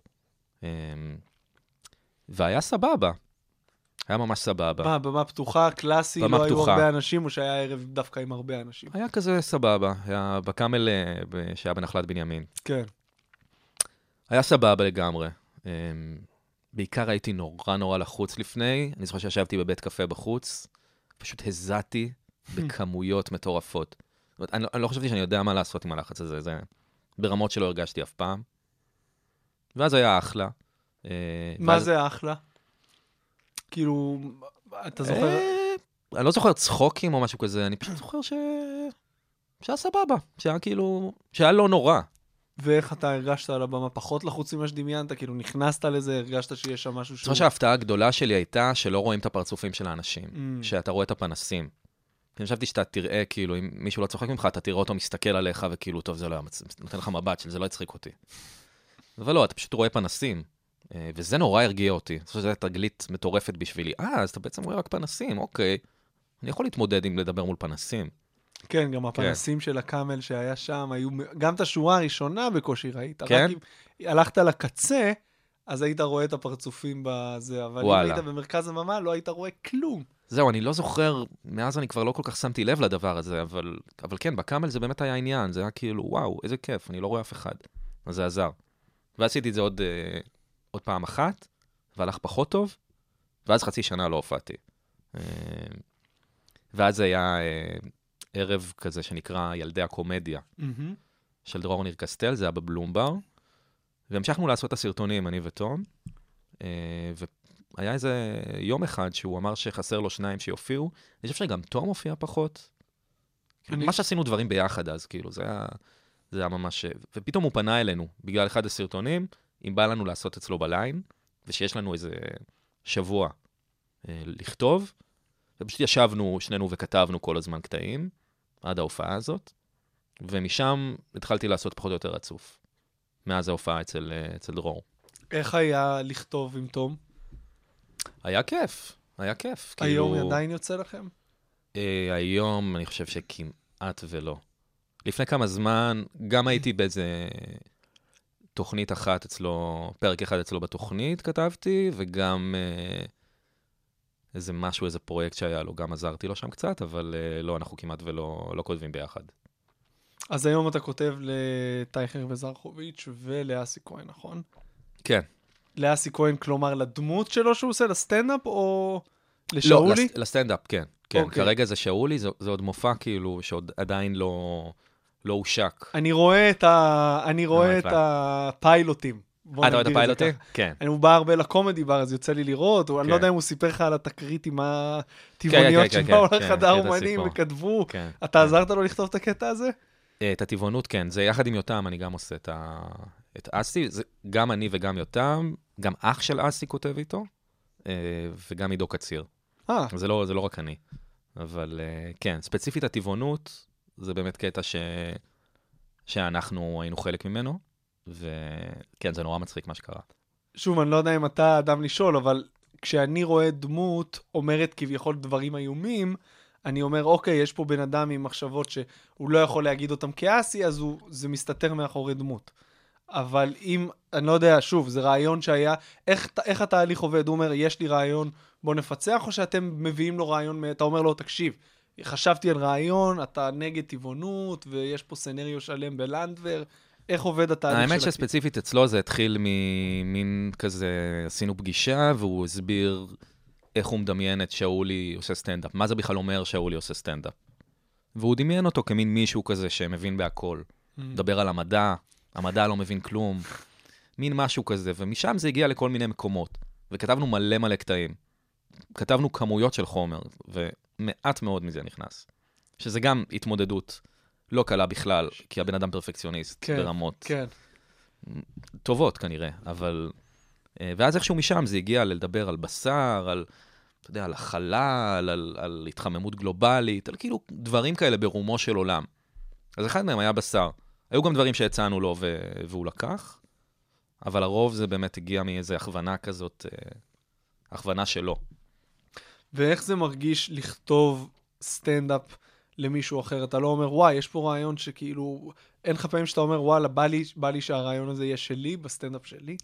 Speaker 6: והיה סבבה. היה ממש סבבה.
Speaker 4: מה, במה פתוחה, קלאסי, לא היו הרבה אנשים, או שהיה ערב דווקא עם הרבה אנשים?
Speaker 6: היה כזה סבבה, היה בקאמל שהיה בנחלת בנימין.
Speaker 4: כן.
Speaker 6: היה סבבה לגמרי. בעיקר הייתי נורא לחוץ לפני, אני זוכר שישבתי בבית קפה בחוץ, פשוט הזעתי בכמויות מטורפות. אני לא חשבתי שאני יודע מה לעשות עם הלחץ הזה, זה ברמות שלא הרגשתי אף פעם. ואז היה אחלה.
Speaker 4: מה זה אחלה? כאילו, אתה זוכר?
Speaker 6: אני לא זוכר צחוקים או משהו כזה, אני פשוט זוכר שהיה סבבה, שהיה כאילו, שהיה לא נורא.
Speaker 4: ואיך אתה הרגשת על הבמה פחות לחוץ ממה שדמיינת? כאילו נכנסת לזה, הרגשת שיש שם משהו
Speaker 6: זוכר שההפתעה הגדולה שלי הייתה שלא רואים את הפרצופים של האנשים, שאתה רואה את הפנסים. אני חשבתי שאתה תראה, כאילו, אם מישהו לא צוחק ממך, אתה תראה אותו מסתכל עליך, וכאילו, טוב, זה לא נותן לך מבט של זה לא יצחיק אותי. אבל לא, אתה פשוט רואה פנסים. וזה נורא הרגיע אותי. אני חושב שזו תגלית מטורפת בשבילי. אז אתה בעצם רואה רק פנסים, אוקיי. אני יכול להתמודד עם לדבר מול פנסים.
Speaker 4: כן, גם הפנסים של הקאמל שהיה שם, היו, גם את השורה הראשונה בקושי ראית.
Speaker 6: כן?
Speaker 4: רק אם הלכת לקצה, אז היית רואה את הפרצופים בזה, אבל אם היית במרכז הבמה, לא היית רואה כלום.
Speaker 6: זהו, אני לא זוכר, מאז אני כבר לא כל כך שמתי לב לדבר הזה, אבל כן, בקאמל זה באמת היה עניין, זה היה כאילו, וואו, איזה כיף, אני לא רואה אף אחד. אז זה עזר. ועשיתי את זה עוד פעם אחת, והלך פחות טוב, ואז 0.5 שנה לא הופעתי. ואז היה ערב כזה שנקרא ילדי הקומדיה, של דרור ניר קסטל, זה היה בבלומבר, והמשכנו לעשות את הסרטונים, אני ותום, והיה איזה יום אחד שהוא אמר שחסר לו 2 שיופיעו, אני חושב שגם תום הופיע פחות. ממש עשינו דברים ביחד אז, כאילו, זה היה ממש... ופתאום הוא פנה אלינו, בגלל אחד הסרטונים, אם בא לנו לעשות אצלו בליין, ושיש לנו איזה שבוע לכתוב, ופשוט ישבנו שנינו וכתבנו כל הזמן קטעים, עד ההופעה הזאת, ומשם התחלתי לעשות פחות או יותר רצוף, מאז ההופעה אצל דרור.
Speaker 4: איך היה לכתוב עם תום?
Speaker 6: היה כיף. היה כיף.
Speaker 4: היום
Speaker 6: כאילו,
Speaker 4: עדיין יוצא לכם?
Speaker 6: היום אני חושב שכמעט ולא. לפני כמה זמן, גם הייתי באיזה תוכנית אחת אצלו, פרק אחד אצלו בתוכנית כתבתי, וגם איזה משהו, איזה פרויקט שהיה לו, גם עזרתי לו שם קצת, אבל לא, אנחנו כמעט ולא כותבים ביחד.
Speaker 4: אז היום אתה כותב לטייכר וזרחוביץ' ולאסי כהן, נכון?
Speaker 6: כן.
Speaker 4: לאסי כהן, כלומר, לדמות שלו שהוא עושה, לסטנדאפ או לשאולי?
Speaker 6: לא, לסטנדאפ, כן. כן,
Speaker 4: אוקיי.
Speaker 6: כרגע זה שאולי, זה עוד מופע כאילו, שעוד עדיין לא הושק.
Speaker 4: אני רואה את הפיילוטים. בוא
Speaker 6: אתה רואה את
Speaker 4: נגדיר זה
Speaker 6: הפיילוטים?
Speaker 4: ככה.
Speaker 6: כן.
Speaker 4: הוא בא הרבה לקומדי בר, אז יוצא לי לראות, אני לא יודע אם הוא סיפר לך על התקרית עם הטבעוניות
Speaker 6: כן,
Speaker 4: שבאו
Speaker 6: כן,
Speaker 4: לחדר
Speaker 6: כן,
Speaker 4: אומנים
Speaker 6: הסיפור.
Speaker 4: וכתבו.
Speaker 6: כן.
Speaker 4: אתה עזרת לו לכתוב את הקטע הזה?
Speaker 6: את הטבעונות, כן. זה יחד עם יותם, אני גם עושה את אסי. גם אני וגם יותם, גם אח של אסי כותב איתו, וגם עידו קציר. זה לא רק אני. אבל כן, ספציפית הטבעונות, זה באמת קטע שאנחנו היינו חלק ממנו, וכן, זה נורא מצחיק מה שקרה.
Speaker 4: שוב, אני לא יודע אם אתה אדם לשאול, אבל כשאני רואה דמות אומרת כביכול דברים איומים, אני אומר, אוקיי, יש פה בן אדם עם מחשבות שהוא לא יכול להגיד אותם כאסי, אז זה מסתתר מאחורי דמות. אבל אם, אני לא יודע, שוב, זה רעיון שהיה, איך התהליך עובד? הוא אומר, יש לי רעיון, בוא נפצח, או שאתם מביאים לו רעיון, אתה אומר לו, תקשיב, חשבתי על רעיון, אתה נגד טבעונות, ויש פה סנריו שלם בלנדבר, איך עובד התהליך של...
Speaker 6: האמת שספציפית אצלו זה התחיל ממין כזה, עשינו פגישה, והוא הסביר איך הוא מדמיין את שאולי עושה סטנדאפ. מה זה בכלל אומר שאולי עושה סטנדאפ? והוא דמיין אותו כמין מישהו כזה שמבין בהכל. מדבר על המדע לא מבין כלום. מין משהו כזה, ומשם זה הגיע לכל מיני מקומות. וכתבנו מלא קטעים. כתבנו כמויות של חומר, ומעט מאוד מזה נכנס. שזה גם התמודדות לא קלה בכלל, כי הבן אדם פרפקציוניסט ברמות טובות כנראה, אבל... ואז איכשהו משם זה הגיע לדבר על בשר, על, אתה יודע, על החלל, על התחממות גלובלית, על כאילו דברים כאלה ברומו של עולם. אז אחד מהם היה בשר. היו גם דברים שהצענו לו והוא לקח, אבל הרוב זה באמת הגיע מאיזו הכוונה כזאת, הכוונה שלו.
Speaker 4: ואיך זה מרגיש לכתוב סטנדאפ למישהו אחר? אתה לא אומר, וואי, יש פה רעיון שכאילו, אין לך פעמים שאתה אומר, וואלה, בא לי שהרעיון הזה יהיה שלי, בסטנדאפ שלי?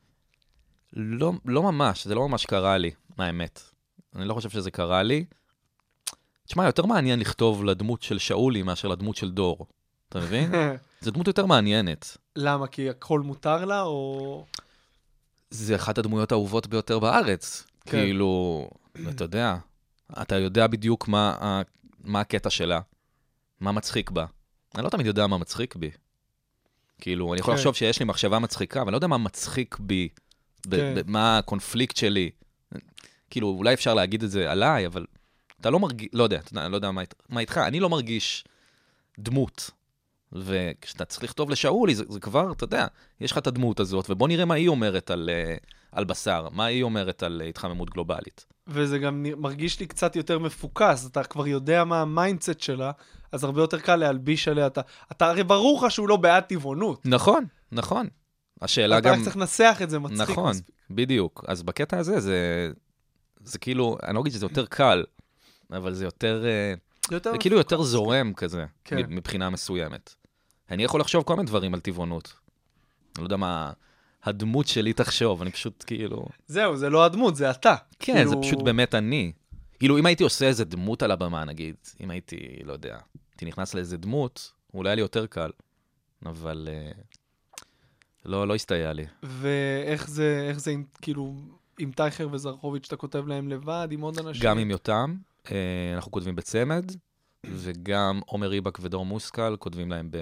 Speaker 6: לא ממש, זה לא ממש קרה לי, האמת. אני לא חושב שזה קרה לי. תשמע, יותר מעניין לכתוב לדמות של שאולי מאשר לדמות של דור. אתה מבין? זו דמות יותר מעניינת.
Speaker 4: למה? כי הכל מותר לה, או...
Speaker 6: זה אחת הדמויות האהובות ביותר בארץ.
Speaker 4: כן.
Speaker 6: כאילו, אתה יודע, אתה יודע בדיוק מה הקטע שלה, מה מצחיק בה. אני לא תמיד יודע מה מצחיק בי. כאילו, אני יכול לחשוב שיש לי מחשבה מצחיקה, אבל אני לא יודע מה מצחיק בי, מה הקונפליקט שלי. כאילו, אולי אפשר להגיד את זה עליי, אבל אתה לא מרגיש, לא יודע מה איתך, אני לא מרגיש דמות. וכשאתה צריך לכתוב לשאולי, זה כבר, אתה יודע, יש לך את הדמות הזאת, ובוא נראה מה היא אומרת על בשר, מה היא אומרת על התחממות גלובלית.
Speaker 4: וזה גם מרגיש לי קצת יותר מפוקס, אתה כבר יודע מה המיינדסט שלה, אז הרבה יותר קל להלביש עליה, אתה הרי ברור לך שהוא לא בעד טבעונות.
Speaker 6: נכון. השאלה
Speaker 4: אתה
Speaker 6: גם...
Speaker 4: רק צריך לנסח את זה מצחיק.
Speaker 6: נכון, בדיוק. אז בקטע הזה, זה כאילו, אני לא אגיד שזה יותר קל, אבל זה יותר... זה כאילו יותר זורם כזה, מבחינה מסוימת. אני יכול לחשוב כל מיני דברים על טבעונות. אני לא יודע מה הדמות שלי תחשוב, אני פשוט כאילו...
Speaker 4: זהו, זה לא הדמות, זה אתה.
Speaker 6: כן, זה פשוט באמת אני. כאילו, אם הייתי עושה איזה דמות על הבמה, נגיד, אם הייתי, לא יודע, הייתי נכנס לאיזה דמות, אולי היה לי יותר קל, אבל לא הסתייע לי.
Speaker 4: ואיך זה כאילו, עם טייכר וזרחוביץ' אתה כותב להם לבד, עם עוד אנשים?
Speaker 6: גם עם יותם, אנחנו כותבים בצמד, וגם עומר ריבק ודור מוסקל כותבים להם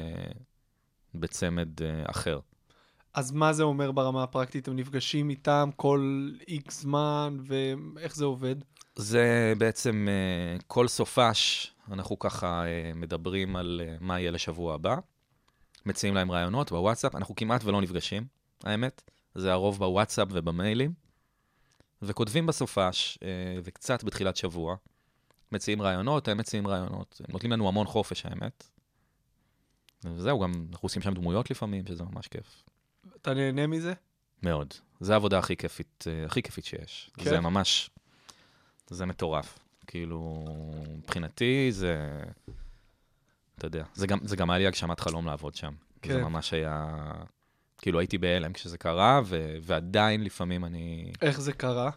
Speaker 6: בצמד אחר. אז
Speaker 4: מה זה אומר ברמה הפרקטית? הם נפגשים איתם כל איקס זמן, ואיך זה עובד?
Speaker 6: זה בעצם כל סופש, אנחנו ככה מדברים על מה יהיה לשבוע הבא, מציעים להם רעיונות בוואטסאפ, אנחנו כמעט ולא נפגשים, האמת, זה הרוב בוואטסאפ ובמיילים, וכותבים בסופש, וקצת בתחילת שבוע, מציעים רעיונות, הם מציעים רעיונות, הם נותנים לנו המון חופש, האמת. וזהו, גם אנחנו עושים שם דמויות לפעמים, שזה ממש כיף.
Speaker 4: אתה נהנה מזה?
Speaker 6: מאוד. זה העבודה הכי כיפית שיש. כן? זה ממש... זה מטורף. כאילו, מבחינתי זה, אתה יודע, זה גם היה לי הגשמת חלום לעבוד שם.
Speaker 4: כן.
Speaker 6: זה ממש היה, כאילו הייתי בהלם כשזה קרה, ועדיין לפעמים אני...
Speaker 4: איך זה קרה?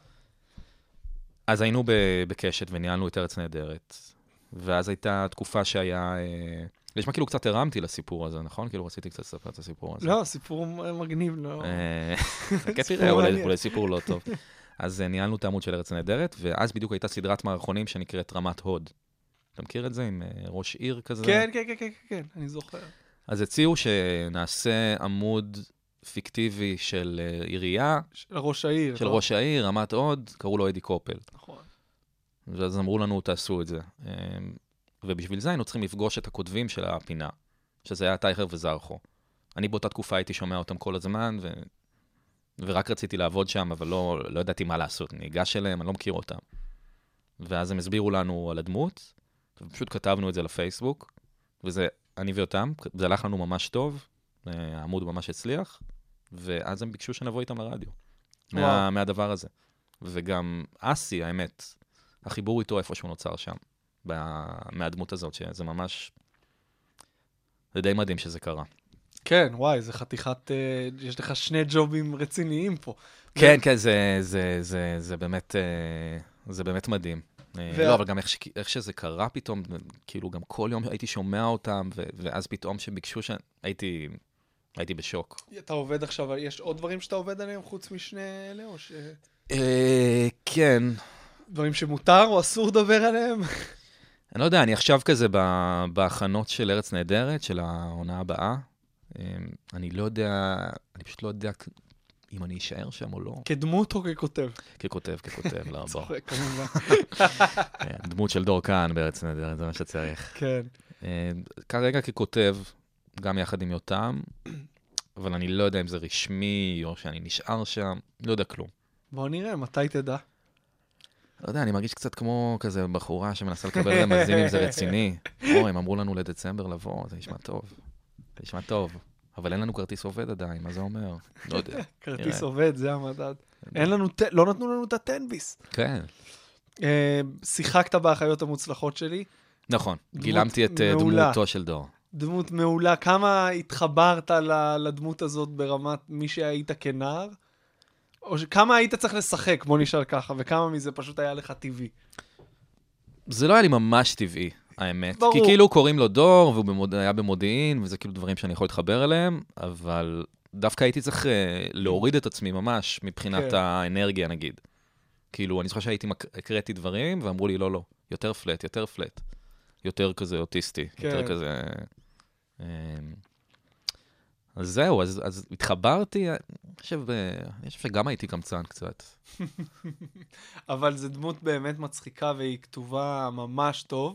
Speaker 6: אז היינו בקשת וניהלנו את ארץ נהדרת, ואז הייתה תקופה שהיה... יש מה כאילו קצת הרמתי לסיפור הזה, נכון? כאילו רציתי קצת לספר את הסיפור הזה.
Speaker 4: לא, סיפור מגניב, לא.
Speaker 6: תראה, אולי סיפור לא טוב. אז ניהלנו את העמוד של ארץ נהדרת, ואז בדיוק הייתה סדרת מערכונים שנקראת רמת הוד. אתה מכיר את זה עם ראש עיר כזה?
Speaker 4: כן, אני זוכר.
Speaker 6: אז הציעו שנעשה עמוד פיקטיבי של עירייה.
Speaker 4: של ראש העיר.
Speaker 6: של ראש העיר, רמת הוד, קראו לו אדי קופל.
Speaker 4: נכון.
Speaker 6: ואז אמרו לנו, תעשו את זה. ובשביל זה היינו צריכים לפגוש את הכותבים של הפינה, שזה היה טייכר וזרחו. אני באותה תקופה הייתי שומע אותם כל הזמן, ורק רציתי לעבוד שם, אבל לא ידעתי מה לעשות. אני אגש אליהם, אני לא מכיר אותם. ואז הם הסבירו לנו על הדמות, ופשוט כתבנו את זה לפייסבוק, וזה אני ואותם, זה הלך לנו ממש טוב, העמוד ממש הצליח, ואז הם ביקשו שנבוא איתם לרדיו, מהדבר הזה. וגם אסי, האמת, החיבור איתו איפה שהוא נוצר שם, מהדמות הזאת, שזה ממש, זה די מדהים שזה קרה.
Speaker 4: כן, וואי, זה חתיכת, יש לך שני ג'ובים רציניים פה.
Speaker 6: כן, זה באמת מדהים. לא, אבל גם איך שזה קרה פתאום, כאילו גם כל יום הייתי שומע אותם, ואז פתאום שביקשו הייתי בשוק.
Speaker 4: אתה עובד עכשיו, יש עוד דברים שאתה עובד עליהם חוץ משני אלה, או ש...
Speaker 6: כן.
Speaker 4: דברים שמותר או אסור לדבר עליהם?
Speaker 6: אני לא יודע, אני עכשיו כזה בהכנות של ארץ נהדרת, של העונה הבאה. אני לא יודע, אני פשוט לא יודע אם אני אשאר שם או לא.
Speaker 4: כדמות או ככותב?
Speaker 6: ככותב, לא, בוא.
Speaker 4: צוחק, כמובן.
Speaker 6: דמות של דור כאן בארץ נהדרת, זה מה שצריך.
Speaker 4: כן.
Speaker 6: כרגע ככותב, גם יחד עם יותם, אבל אני לא יודע אם זה רשמי, או שאני נשאר שם, לא יודע כלום.
Speaker 4: בוא נראה, מתי תדע?
Speaker 6: לא יודע, אני מרגיש קצת כמו כזה בחורה שמנסה לקבל רמזים אם זה רציני. הם אמרו לנו לדצמבר לבוא, זה נשמע טוב. זה נשמע טוב. אבל אין לנו כרטיס עובד עדיין, מה זה אומר? לא יודע.
Speaker 4: כרטיס עובד, זה המדד. אין לנו, לא נתנו לנו את הטנביס.
Speaker 6: כן.
Speaker 4: שיחקת באחיות המוצלחות שלי.
Speaker 6: נכון, גילמתי את דמותו של דור.
Speaker 4: דמות מעולה. כמה התחברת לדמות הזאת ברמת מי שהיית כנער? או כמה היית צריך לשחק, בוא נשאל ככה, וכמה מזה פשוט היה לך טבעי?
Speaker 6: זה לא היה לי ממש טבעי, האמת.
Speaker 4: ברור.
Speaker 6: כי כאילו קוראים לו דור, והוא היה במודיעין, וזה כאילו דברים שאני יכול להתחבר אליהם, אבל דווקא הייתי צריך להוריד את עצמי ממש, מבחינת האנרגיה נגיד. כאילו, אני זוכר שהייתי הקראתי דברים, ואמרו לי, לא, יותר פלט, יותר כזה אוטיסטי, יותר כזה... אז זהו, אז התחברתי, אני חושב שגם הייתי קמצן קצת.
Speaker 4: אבל זו דמות באמת מצחיקה, והיא כתובה ממש טוב.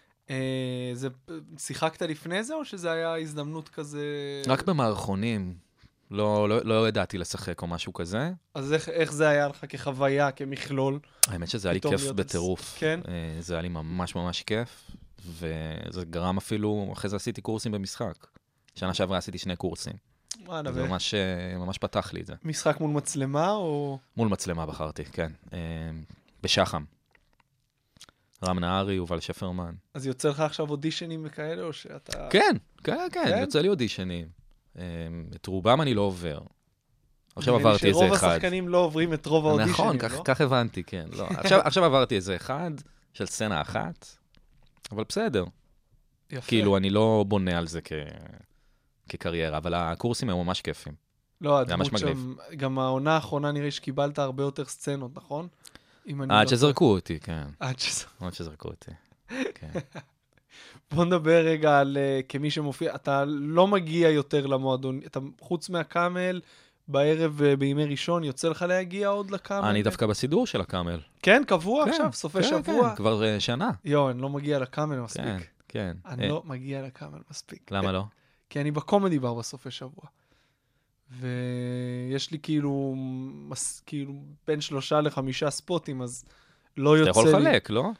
Speaker 4: שיחקת לפני זה, או שזה היה הזדמנות כזה...
Speaker 6: רק במערכונים. לא ידעתי לשחק או משהו כזה.
Speaker 4: אז איך זה היה לך כחוויה, כמכלול?
Speaker 6: האמת שזה היה לי כיף בטירוף.
Speaker 4: כן?
Speaker 6: זה היה לי ממש ממש כיף, וזה גרם אפילו, אחרי זה עשיתי קורסים במשחק. שנה שעברה עשיתי 2 קורסים. זה ממש פתח לי את זה.
Speaker 4: משחק מול מצלמה או...
Speaker 6: מול מצלמה בחרתי, כן. בשחם. רם נהרי, יובל שפרמן.
Speaker 4: אז יוצא לך עכשיו אודישנים וכאלה, או שאתה...
Speaker 6: כן, יוצא לי אודישנים. את רובם אני לא עובר. עכשיו עברתי איזה אחד.
Speaker 4: שרוב השחקנים לא עוברים את רוב האודישנים,
Speaker 6: נכון, כך הבנתי, כן. עכשיו עברתי איזה אחד, של סצנה אחת, אבל בסדר.
Speaker 4: יפה.
Speaker 6: כאילו, אני לא בונה על זה כקריירה, אבל הקורסים הם ממש כיפים.
Speaker 4: לא, הדמות שם, גם העונה האחרונה נראה שקיבלת הרבה יותר סצנות, נכון?
Speaker 6: עד שזרקו אותי, כן.
Speaker 4: עד
Speaker 6: שזרקו אותי, כן.
Speaker 4: בוא נדבר רגע על כמי שמופיע, אתה לא מגיע יותר למועדון, אתה חוץ מהקאמל, בערב בימי ראשון, יוצא לך להגיע עוד לקאמל?
Speaker 6: אני דווקא בסידור של הקאמל.
Speaker 4: כן, קבוע עכשיו, סופי שבוע?
Speaker 6: כן, כבר שנה.
Speaker 4: אני לא מגיע לקאמל מספיק.
Speaker 6: כן.
Speaker 4: אני לא מגיע לקאמל מספיק.
Speaker 6: למה לא?
Speaker 4: כי אני בקומדי בר בסופי שבוע. ויש לי כאילו בין 3 ל5 ספוטים, אז לא יוצא לי...
Speaker 6: אתה יכול לחלק, לא?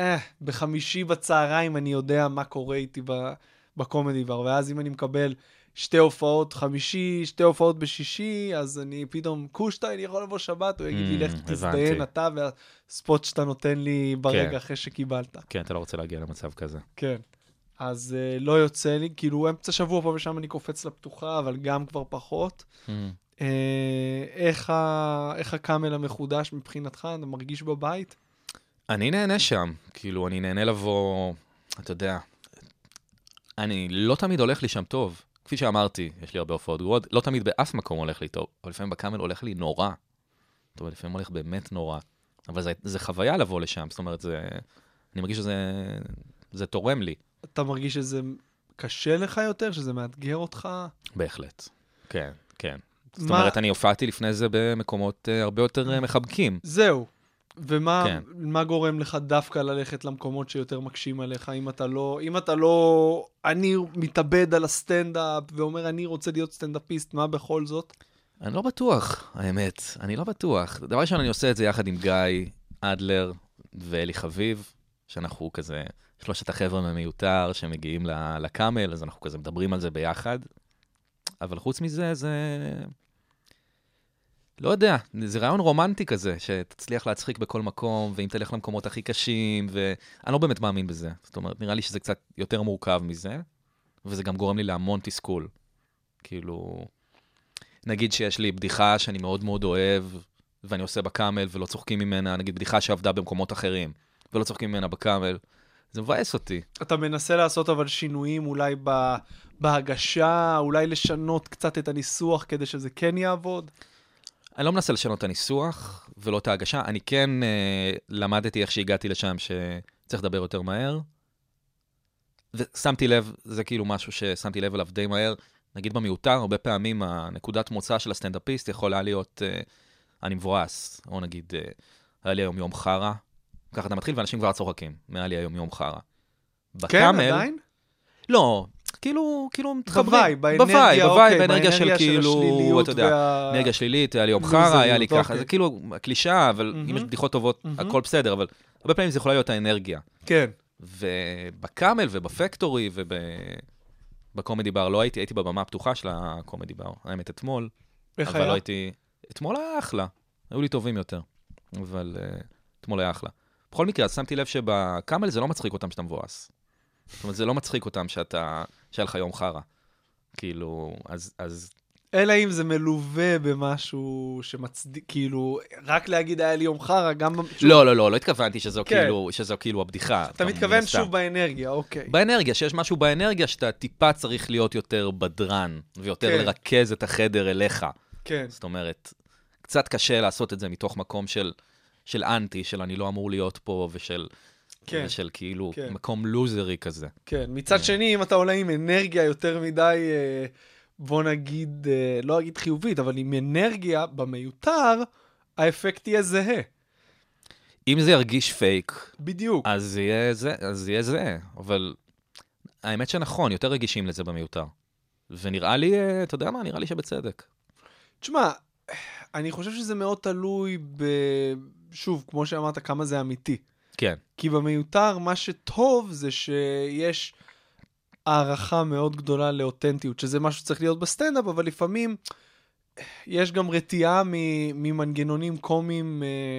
Speaker 4: בחמישי בצהריים אני יודע מה קורה איתי בקומדי בר, ואז אם אני מקבל 2 הופעות חמישי, 2 הופעות בשישי, אז אני פתאום, קושטיין יכול לבוא שבת, הוא יגיד לי, לך תזדיין אתה והספוט שאתה נותן לי ברגע אחרי שקיבלת.
Speaker 6: כן, אתה לא רוצה להגיע למצב כזה.
Speaker 4: כן. אז לא יוצא לי, כאילו אמצע שבוע פה ושם אני קופץ לפתוחה, אבל גם כבר פחות. איך הקאמל המחודש מבחינתך? אתה מרגיש בבית?
Speaker 6: אני נהנה שם, כאילו, אני נהנה לבוא, אתה יודע, אני לא תמיד הולך לי שם טוב. כפי שאמרתי, יש לי הרבה הופעות גרועות, לא תמיד באף מקום הולך לי טוב, אבל לפעמים בקאמל הולך לי נורא. זאת אומרת, לפעמים הולך באמת נורא. אבל זה חוויה לבוא לשם, זאת אומרת, אני מרגיש שזה תורם לי.
Speaker 4: אתה מרגיש שזה קשה לך יותר, שזה מאתגר אותך?
Speaker 6: בהחלט, כן, כן. זאת אומרת, אני הופעתי לפני זה במקומות הרבה יותר מחבקים.
Speaker 4: זהו. ומה גורם לך דווקא ללכת למקומות שיותר מקשים עליך? אם אתה לא, אני מתאבד על הסטנדאפ ואומר, אני רוצה להיות סטנדאפיסט, מה בכל זאת?
Speaker 6: אני לא בטוח, האמת. אני לא בטוח. דבר ראשון, אני עושה את זה יחד עם גיא אדלר ואלי חביב, שאנחנו כזה, 3 החבר'ה ממיותר שמגיעים לקאמל, אז אנחנו כזה מדברים על זה ביחד. אבל חוץ מזה, לא יודע, זה רעיון רומנטי כזה, שתצליח להצחיק בכל מקום, ואם תלך למקומות הכי קשים, ואני לא באמת מאמין בזה. זאת אומרת, נראה לי שזה קצת יותר מורכב מזה, וזה גם גורם לי להמון תסכול. כאילו, נגיד שיש לי בדיחה שאני מאוד מאוד אוהב, ואני עושה בקאמל ולא צוחקים ממנה, נגיד בדיחה שעבדה במקומות אחרים, ולא צוחקים ממנה בקאמל, זה מבאס אותי.
Speaker 4: אתה מנסה לעשות אבל שינויים אולי בהגשה, אולי לשנות קצת את הניסוח כדי שזה כן יעבוד?
Speaker 6: אני לא מנסה לשנות את הניסוח ולא את ההגשה. אני כן למדתי איך שהגעתי לשם שצריך לדבר יותר מהר. ושמתי לב, זה כאילו משהו ששמתי לב עליו די מהר. נגיד במיותר, הרבה פעמים הנקודת מוצא של הסטנדאפיסט יכולה להיות, אני מבואס, או נגיד, היה לי היום יום חרה. ככה אתה מתחיל ואנשים כבר צוחקים. היה לי היום יום חרה.
Speaker 4: כן, עדיין?
Speaker 6: לא, כאילו
Speaker 4: בוואי, באנרגיה
Speaker 6: של כאילו, אתה יודע, אנרגיה שלילית, היה לי יום חרה, היה לי ככה, זה כאילו קלישה, אבל אם יש בדיחות טובות, הכל בסדר, אבל הרבה פעמים זה יכולה להיות האנרגיה.
Speaker 4: כן.
Speaker 6: ובקאמל ובפקטורי ובקומדי בר, לא הייתי בבמה הפתוחה של הקומדי בר, האמת אתמול,
Speaker 4: איך היה?
Speaker 6: אתמול היה אחלה, היו לי טובים יותר, אבל אתמול היה אחלה. בכל מקרה, אז שמתי לב שבקאמל זה לא מצחיק אותם שאתה מבואס. זאת אומרת, זה לא מצחיק אותם שהיה לך יום חרה. כאילו, אז...
Speaker 4: אלא אם זה מלווה במשהו שמצדיק, כאילו, רק להגיד היה לי יום חרה, גם...
Speaker 6: לא התכוונתי שזו כאילו הבדיחה.
Speaker 4: אתה מתכוון שוב באנרגיה, אוקיי.
Speaker 6: באנרגיה, שיש משהו באנרגיה שאתה טיפה צריך להיות יותר בדרן, ויותר לרכז את החדר אליך.
Speaker 4: כן.
Speaker 6: זאת אומרת, קצת קשה לעשות את זה מתוך מקום של אנטי, של אני לא אמור להיות פה, ושל כאילו מקום לוזרי כזה.
Speaker 4: כן, מצד שני, אם אתה עולה עם אנרגיה יותר מדי, בוא נגיד, לא אגיד חיובית, אבל עם אנרגיה במיותר, האפקט יהיה זהה.
Speaker 6: אם זה ירגיש פייק,
Speaker 4: בדיוק.
Speaker 6: אז יהיה זה. אבל האמת שנכון, יותר רגישים לזה במיותר. ונראה לי, אתה יודע מה? נראה לי שבצדק.
Speaker 4: תשמע, אני חושב שזה מאוד תלוי שוב, כמו שאמרת, כמה זה אמיתי.
Speaker 6: כן.
Speaker 4: כי במיותר, מה שטוב זה שיש הערכה מאוד גדולה לאותנטיות, שזה משהו שצריך להיות בסטנדאפ, אבל לפעמים יש גם רתיעה ממנגנונים קומיים,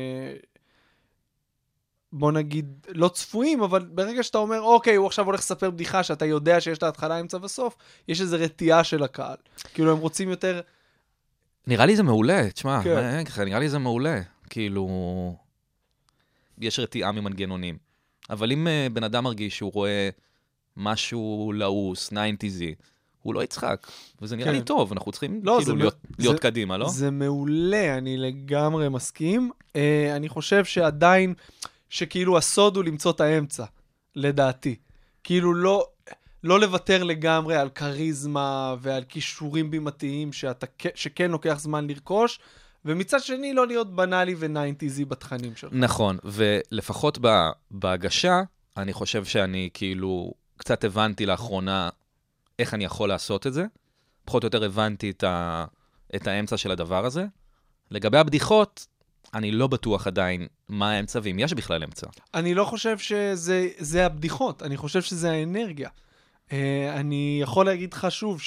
Speaker 4: בוא נגיד, לא צפויים, אבל ברגע שאתה אומר, אוקיי, הוא עכשיו הולך לספר בדיחה שאתה יודע שיש את ההתחלה, אמצע וסוף, יש איזו רתיעה של הקהל. כאילו, הם רוצים יותר...
Speaker 6: נראה לי זה מעולה, תשמע, נראה לי זה מעולה. כאילו... יש רתיעה ממנגנונים. אבל אם בן אדם מרגיש שהוא רואה משהו לעוס, 90', הוא לא יצחק. וזה נראה לי טוב, אנחנו צריכים להיות קדימה, לא?
Speaker 4: זה מעולה, אני לגמרי מסכים. אני חושב שעדיין, שכאילו הסוד הוא למצוא את האמצע, לדעתי. כאילו לא לוותר לגמרי על קריזמה ועל כישורים בימתיים שכן לוקח זמן לרכוש, ומצד שני לא להיות בנאלי וניינטיזי בתכנים שלך.
Speaker 6: נכון, ולפחות בהגשה, אני חושב שאני כאילו קצת הבנתי לאחרונה איך אני יכול לעשות את זה. פחות או יותר הבנתי את האמצע של הדבר הזה. לגבי הבדיחות, אני לא בטוח עדיין מה האמצע, ואם יש בכלל אמצע.
Speaker 4: אני לא חושב שזה הבדיחות, אני חושב שזה האנרגיה. אני יכול להגיד לך שוב,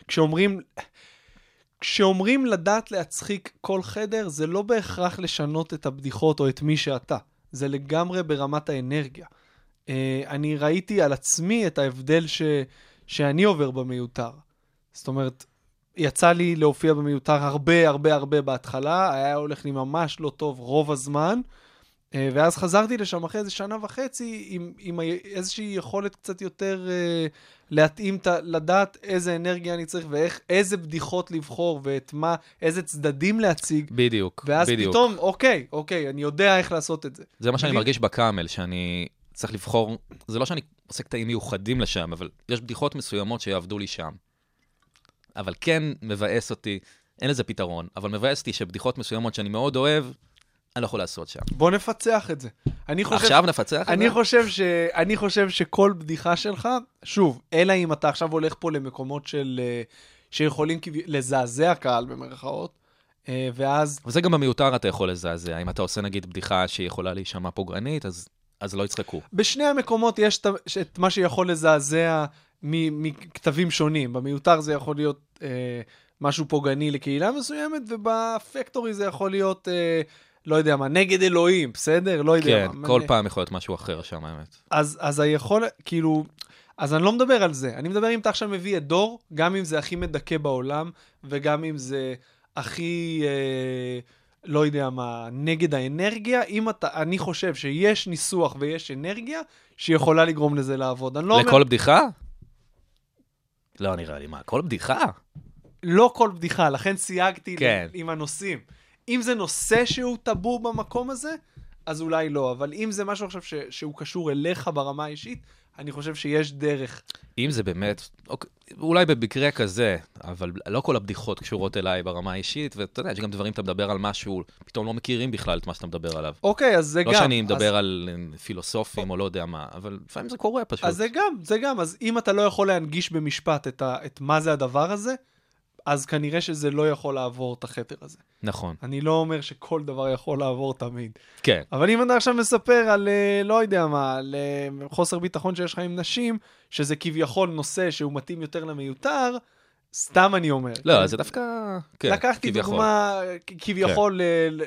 Speaker 4: כשאומרים לדעת להצחיק כל חדר, זה לא בהכרח לשנות את הבדיחות או את מי שאתה. זה לגמרי ברמת האנרגיה. אני ראיתי על עצמי את ההבדל שאני עובר במיותר. זאת אומרת, יצא לי להופיע במיותר הרבה בהתחלה, היה הולך לי ממש לא טוב רוב הזמן, ואז חזרתי לשם אחרי איזה שנה וחצי עם איזושהי יכולת קצת יותר להתאים, לדעת איזה אנרגיה אני צריך ואיזה בדיחות לבחור ואת מה, איזה צדדים להציג.
Speaker 6: בדיוק.
Speaker 4: ואז פתאום, אוקיי, אני יודע איך לעשות את זה.
Speaker 6: זה מה שאני מרגיש בקאמל, שאני צריך לבחור, זה לא שאני עושה קטעים מיוחדים לשם, אבל יש בדיחות מסוימות שיעבדו לי שם. אבל כן מבאס אותי, אין לזה פתרון, אבל מבאס אותי שבדיחות מסוימות שאני מאוד אוהב, אני לא יכול לעשות שם.
Speaker 4: בוא נפצח את זה.
Speaker 6: עכשיו נפצח את זה?
Speaker 4: אני חושב שכל בדיחה שלך, שוב, אלא אם אתה עכשיו הולך פה למקומות שיכולים לזעזע קהל במרכאות, ואז...
Speaker 6: וזה גם במיותר אתה יכול לזעזע. אם אתה עושה נגיד בדיחה שהיא יכולה להישמע פוגענית, אז לא יצחקו.
Speaker 4: בשני המקומות יש את מה שיכול לזעזע מכתבים שונים. במיותר זה יכול להיות משהו פוגעני לקהילה מסוימת, ובפקטורי זה יכול להיות... לא יודע מה, נגד אלוהים, בסדר? לא יודע
Speaker 6: כן,
Speaker 4: מה.
Speaker 6: כל פעם יכול להיות משהו אחר שם, האמת.
Speaker 4: אז היכול, כאילו, אז אני לא מדבר על זה. אני מדבר אם אתה עכשיו מביא את דור, גם אם זה הכי מדכא בעולם, וגם אם זה הכי, לא יודע מה, נגד האנרגיה, אני חושב שיש ניסוח ויש אנרגיה, שיכולה לגרום לזה לעבוד. אני לא
Speaker 6: לכל בדיחה? לא נראה לי, מה, כל בדיחה?
Speaker 4: לא כל בדיחה, לכן סייגתי
Speaker 6: כן.
Speaker 4: עם הנושאים. אם זה נושא שהוא טאבו במקום הזה, אז אולי לא. אבל אם זה משהו עכשיו שהוא קשור אליך ברמה האישית, אני חושב שיש דרך.
Speaker 6: אם זה באמת, אולי במקרה כזה, אבל לא כל הבדיחות קשורות אליי ברמה האישית, ואתה יודע, יש גם דברים, אתה מדבר על משהו, פתאום לא מכירים בכלל את מה שאתה מדבר עליו.
Speaker 4: אוקיי, אז זה גם.
Speaker 6: לא שאני מדבר על פילוסופים או לא יודע מה, אבל לפעמים זה קורה פשוט.
Speaker 4: אז זה גם. אז אם אתה לא יכול להנגיש במשפט את מה זה הדבר הזה, אז כנראה שזה לא יכול לעבור את החתר הזה.
Speaker 6: נכון.
Speaker 4: אני לא אומר שכל דבר יכול לעבור תמיד.
Speaker 6: כן.
Speaker 4: אבל אם אתה עכשיו מספר על, לא יודע מה, על חוסר ביטחון שיש לך עם נשים, שזה כביכול נושא שהוא מתאים יותר למיותר, סתם אני אומר.
Speaker 6: לא, כן? זה דווקא... כן,
Speaker 4: לקחתי דוגמה כביכול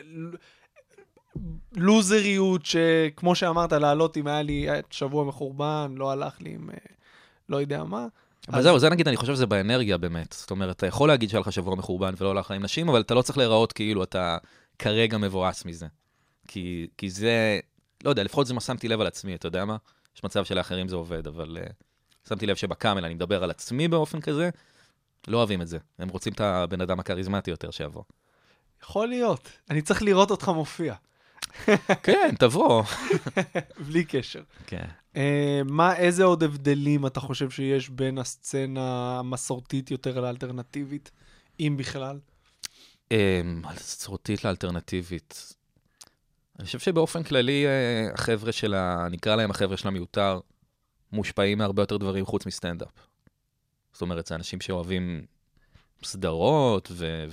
Speaker 4: לוזריות, שכמו שאמרת, לעלות אם היה לי שבוע מחורבן, לא הלך לי עם לא יודע מה.
Speaker 6: אבל זהו, זה נגיד, אני חושב שזה באנרגיה באמת. זאת אומרת, אתה יכול להגיד שהיה לך שבוע מחורבן ולא הלך עם נשים, אבל אתה לא צריך להיראות כאילו אתה כרגע מבואס מזה. כי זה, לא יודע, לפחות זה מה שמתי לב על עצמי, אתה יודע מה? יש מצב שלאחרים זה עובד, אבל שמתי לב שבקאמל אני מדבר על עצמי באופן כזה, לא אוהבים את זה. הם רוצים את הבן אדם הקריזמטי יותר שיבוא.
Speaker 4: יכול להיות. אני צריך לראות אותך מופיע.
Speaker 6: כן, תבוא.
Speaker 4: בלי קשר.
Speaker 6: כן.
Speaker 4: איזה עוד הבדלים אתה חושב שיש בין הסצנה המסורתית יותר לאלטרנטיבית, אם בכלל?
Speaker 6: מסורתית לאלטרנטיבית. אני חושב שבאופן כללי, החבר'ה נקרא להם החבר'ה של המיותר, מושפעים מהרבה יותר דברים חוץ מסטנדאפ. זאת אומרת, זה אנשים שאוהבים סדרות,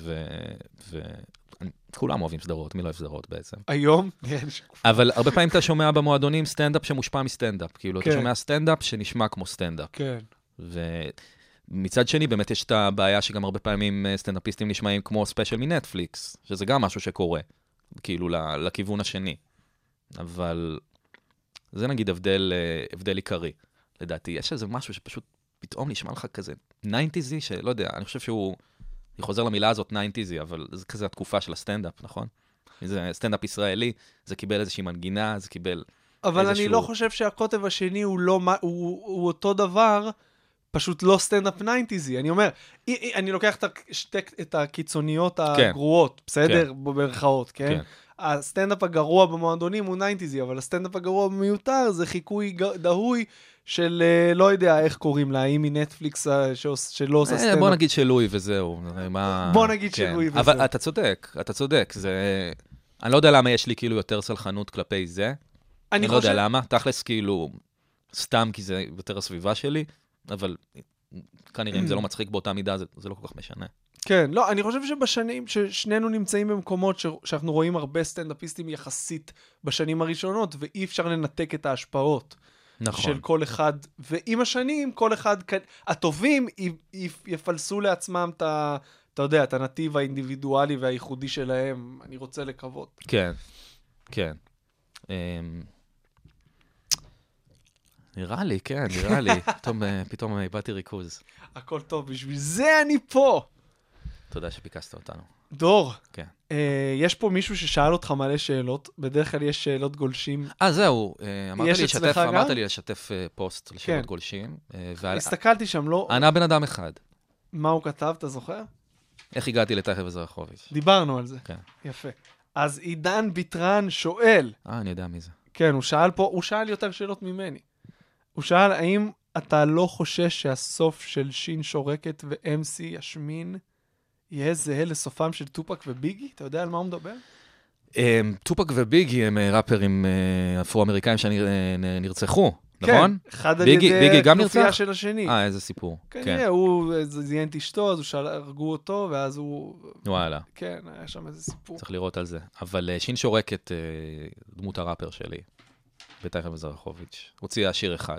Speaker 6: כולם אוהבים סדרות, מי לא אוהב סדרות בעצם?
Speaker 4: היום?
Speaker 6: אבל הרבה פעמים אתה שומע במועדונים סטנדאפ שמושפע מסטנדאפ. כאילו, אתה שומע סטנדאפ שנשמע כמו סטנדאפ.
Speaker 4: כן.
Speaker 6: ומצד שני, באמת יש את הבעיה שגם הרבה פעמים סטנדאפיסטים נשמעים כמו ספיישל מנטפליקס, שזה גם משהו שקורה, כאילו, לכיוון השני. אבל זה נגיד הבדל עיקרי. לדעתי, יש איזה משהו שפשוט פתאום נשמע לך כזה 90s, שלא יודע, אני חושב שהוא... אני חוזר למילה הזאת 90s, אבל זה כזה התקופה של הסטנדאפ, נכון? זה סטנדאפ ישראלי, זה קיבל איזושהי מנגינה, זה קיבל
Speaker 4: אבל אני לא חושב שהקוטב השני הוא אותו דבר, פשוט לא סטנדאפ 90s. אני אומר, אני לוקח את הקיצוניות הגרועות, בסדר? במרכאות, כן? הסטנדאפ הגרוע במועדונים הוא 90s, אבל הסטנדאפ הגרוע במיותר זה חיקוי דהוי של לא יודע איך קוראים לה, האם מנטפליקס שלא עושה סטנדאפ.
Speaker 6: בוא נגיד שלוי וזהו.
Speaker 4: בוא נגיד שלוי וזהו.
Speaker 6: אבל אתה צודק. אני לא יודע למה יש לי כאילו יותר סלחנות כלפי זה. אני לא יודע למה. תכלס כאילו, סתם כי זה יותר הסביבה שלי, אבל כנראה אם זה לא מצחיק באותה מידה, זה לא כל כך משנה.
Speaker 4: כן, לא, אני חושב שבשנים ששנינו נמצאים במקומות שאנחנו רואים הרבה סטנדאפיסטים יחסית בשנים הראשונות, ואי אפשר לנתק את ההשפעות.
Speaker 6: נכון.
Speaker 4: של כל אחד, ועם השנים, כל אחד, הטובים יפלסו לעצמם אתה יודע, את הנתיב האינדיבידואלי והייחודי שלהם, אני רוצה לקוות.
Speaker 6: כן, כן. נראה לי, כן, נראה לי. פתאום איבדתי ריכוז.
Speaker 4: הכל טוב, בשביל זה אני פה.
Speaker 6: תודה שביקשת אותנו.
Speaker 4: דור,
Speaker 6: כן.
Speaker 4: יש פה מישהו ששאל אותך מלא שאלות, בדרך כלל יש שאלות גולשים.
Speaker 6: זהו, אמרת לי
Speaker 4: גם?
Speaker 6: לשתף פוסט לשאלות
Speaker 4: כן.
Speaker 6: גולשים.
Speaker 4: הסתכלתי שם, לא...
Speaker 6: ענה בן אדם אחד.
Speaker 4: מה הוא כתב, אתה זוכר?
Speaker 6: איך הגעתי לתכף וזרחוביץ'.
Speaker 4: דיברנו על זה.
Speaker 6: כן.
Speaker 4: יפה. אז עידן ביטרן שואל,
Speaker 6: אני יודע מי זה.
Speaker 4: כן, הוא שאל יותר שאלות ממני. הוא שאל, האם אתה לא חושש שהסוף של שין שורקת ו-MC ישמין יהיה זהה לסופם של טופק וביגי? אתה יודע על מה הוא מדבר?
Speaker 6: טופק וביגי הם ראפרים אפרו-אמריקאים שנרצחו, נכון?
Speaker 4: אחד על
Speaker 6: ביגי
Speaker 4: ידי
Speaker 6: גם
Speaker 4: כנופיה
Speaker 6: נרצח?
Speaker 4: של השני.
Speaker 6: איזה סיפור.
Speaker 4: כנראה, הוא זיין את אשתו, אז הרגו אותו, ואז הוא...
Speaker 6: וואלה,
Speaker 4: כן, היה שם איזה סיפור.
Speaker 6: צריך לראות על זה. אבל שין שורקת, דמות הראפר שלי, בתכף וזרחוביץ', הוציאה שיר אחד.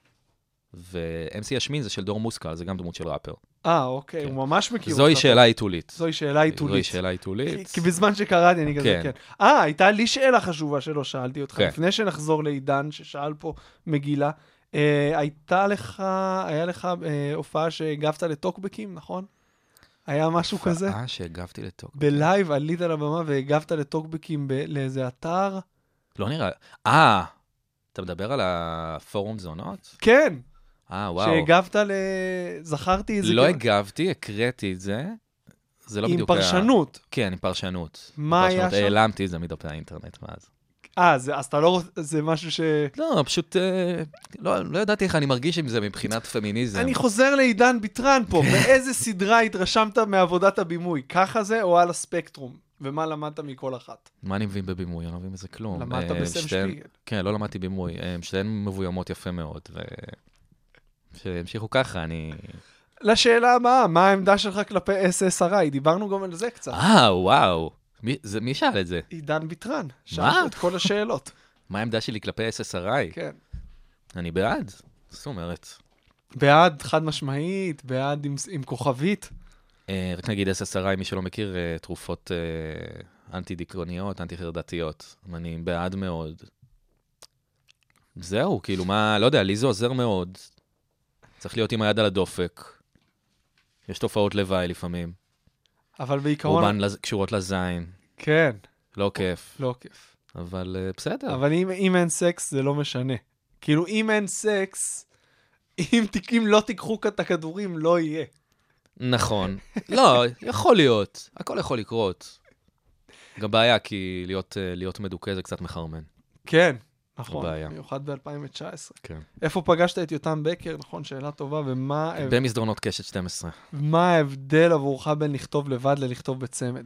Speaker 6: ו-MC ישמין זה של דור מוסקל, זה גם דמות של ראפר.
Speaker 4: אוקיי, הוא ממש מכיר אותך.
Speaker 6: זוהי שאלה עיתולית.
Speaker 4: זוהי שאלה עיתולית. כי בזמן שקראתי אני כזה, כן. הייתה לי שאלה חשובה שלא שאלתי אותך. לפני שנחזור לעידן ששאל פה מגילה, היה לך הופעה שהגבת לטוקבקים, נכון? היה משהו כזה?
Speaker 6: הופעה שהגבתי לטוקבקים.
Speaker 4: בלייב עלית על הבמה והגבת לטוקבקים לאיזה אתר?
Speaker 6: לא נראה. אתה מדבר על הפורום זונות?
Speaker 4: כן.
Speaker 6: וואו.
Speaker 4: שהגבת זכרתי את זה.
Speaker 6: לא הגבתי, הקראתי את זה. זה לא בדיוק
Speaker 4: עם פרשנות.
Speaker 6: כן, עם פרשנות.
Speaker 4: מה היה שם?
Speaker 6: העלמתי את זה מדפי האינטרנט מאז.
Speaker 4: אז אתה לא רוצה, זה משהו
Speaker 6: לא, פשוט, לא ידעתי איך אני מרגיש עם זה מבחינת פמיניזם.
Speaker 4: אני חוזר לעידן ביטרן פה. באיזה סדרה התרשמת מעבודת הבימוי? ככה זה או על הספקטרום? ומה למדת מכל אחת?
Speaker 6: מה אני מבין בבימוי? אני לא מבין בזה כלום.
Speaker 4: למדת בסם שפיגל.
Speaker 6: כן, לא למדתי בימוי. שתיהן מבוימות יפה מאוד, שהמשיכו ככה,
Speaker 4: לשאלה הבאה, מה העמדה שלך כלפי SSRI? דיברנו גם על זה קצת.
Speaker 6: וואו. מי שאל את זה?
Speaker 4: עידן ביטרן.
Speaker 6: מה?
Speaker 4: שאלת את כל השאלות.
Speaker 6: מה העמדה שלי כלפי SSRI?
Speaker 4: כן.
Speaker 6: אני בעד. זאת אומרת.
Speaker 4: בעד חד משמעית, בעד עם כוכבית.
Speaker 6: רק נגיד SSRI, מי שלא מכיר, תרופות אנטי-דיכאוניות, אנטי-חרדתיות. אני בעד מאוד. זהו, כאילו מה, לא יודע, לי זה עוזר מאוד. צריך להיות עם היד על הדופק. יש תופעות לוואי לפעמים.
Speaker 4: אבל בעיקרון...
Speaker 6: רובן קשורות לזין.
Speaker 4: כן.
Speaker 6: לא כיף.
Speaker 4: לא כיף.
Speaker 6: אבל בסדר.
Speaker 4: אבל אם אין סקס, זה לא משנה. כאילו, אם אין סקס, אם לא תיקחו את הכדורים, לא יהיה.
Speaker 6: נכון. לא, יכול להיות. הכל יכול לקרות. גם בעיה, כי להיות מדוכא זה קצת מחרמן.
Speaker 4: כן, נכון.
Speaker 6: בעיה.
Speaker 4: מיוחד ב-2019.
Speaker 6: כן.
Speaker 4: איפה פגשת את יותם בקר? נכון, שאלה טובה. ומה...
Speaker 6: במסדרונות קשת 12.
Speaker 4: מה ההבדל עבורך בין לכתוב לבד ללכתוב בצמד?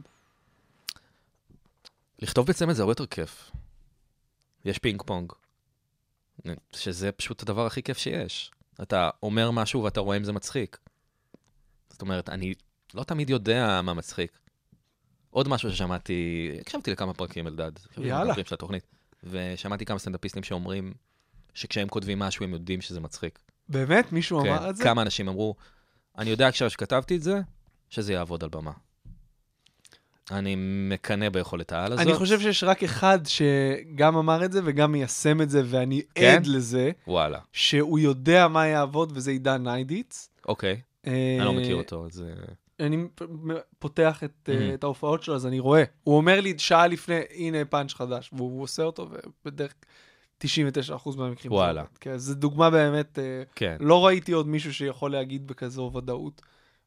Speaker 6: לכתוב בצמד זה הרבה יותר כיף. יש פינג פונג. שזה פשוט הדבר הכי כיף שיש. אתה אומר משהו ואתה רואה אם זה מצחיק. זאת אומרת, אני לא תמיד יודע מה מצחיק. עוד משהו ששמעתי, הקשבתי לכמה פרקים אלדד.
Speaker 4: יאללה.
Speaker 6: של התוכנית, ושמעתי כמה סטנדאפיסטים שאומרים שכשהם כותבים משהו הם יודעים שזה מצחיק.
Speaker 4: באמת? מישהו אמר את זה?
Speaker 6: כמה אנשים אמרו, אני יודע כשכתבתי את זה, שזה יעבוד על במה. אני מקנא ביכולת העל הזאת.
Speaker 4: אני חושב שיש רק אחד שגם אמר את זה וגם מיישם את זה, ואני עד לזה.
Speaker 6: וואלה.
Speaker 4: שהוא יודע מה יעבוד, וזה עידן ניידיץ.
Speaker 6: אוקיי. אני לא מכיר אותו, אז...
Speaker 4: אני פותח את ההופעות שלו, אז אני רואה. הוא אומר לי שעה לפני, הנה פאנץ' חדש, והוא עושה אותו, ובדרך 99% מהמקרים.
Speaker 6: וואלה.
Speaker 4: כן, זו דוגמה באמת,
Speaker 6: כן.
Speaker 4: לא ראיתי עוד מישהו שיכול להגיד בכזו ודאות.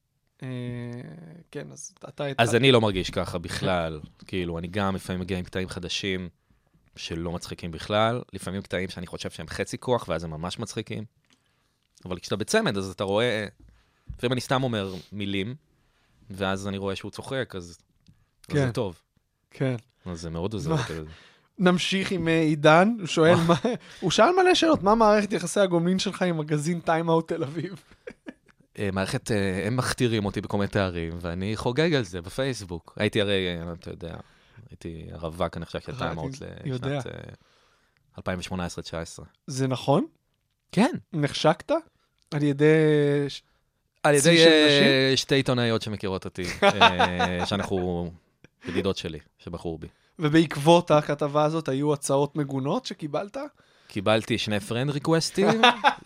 Speaker 4: כן, אז אתה...
Speaker 6: אז אני לא מרגיש ככה בכלל. כאילו, אני גם לפעמים מגיע עם קטעים חדשים שלא מצחיקים בכלל, לפעמים קטעים שאני חושב שהם חצי כוח, ואז הם ממש מצחיקים. אבל כשאתה בצמד, אז אתה רואה... לפעמים אני סתם אומר מילים, ואז אני רואה שהוא צוחק, אז זה טוב.
Speaker 4: כן.
Speaker 6: אז זה מאוד עוזר.
Speaker 4: נמשיך עם עידן, הוא שאל מלא שאלות, מה מערכת יחסי הגומלין שלך עם מגזין טיים אאוט תל אביב?
Speaker 6: מערכת, הם מכתירים אותי בכל מיני תארים, ואני חוגג על זה בפייסבוק. הייתי הרי, אתה יודע, הייתי הרווק, אני חושב, של טיים אאוט לשנת 2018-2019.
Speaker 4: זה נכון?
Speaker 6: כן.
Speaker 4: נחשקת? על ידי...
Speaker 6: על
Speaker 4: צי
Speaker 6: ידי
Speaker 4: של נשים?
Speaker 6: שתי עיתונאיות שמכירות אותי, שאנחנו ידידות שלי, שבחרו בי.
Speaker 4: ובעקבות הכתבה הזאת היו הצעות מגונות שקיבלת?
Speaker 6: קיבלתי 2 פרנד ריקווסטים,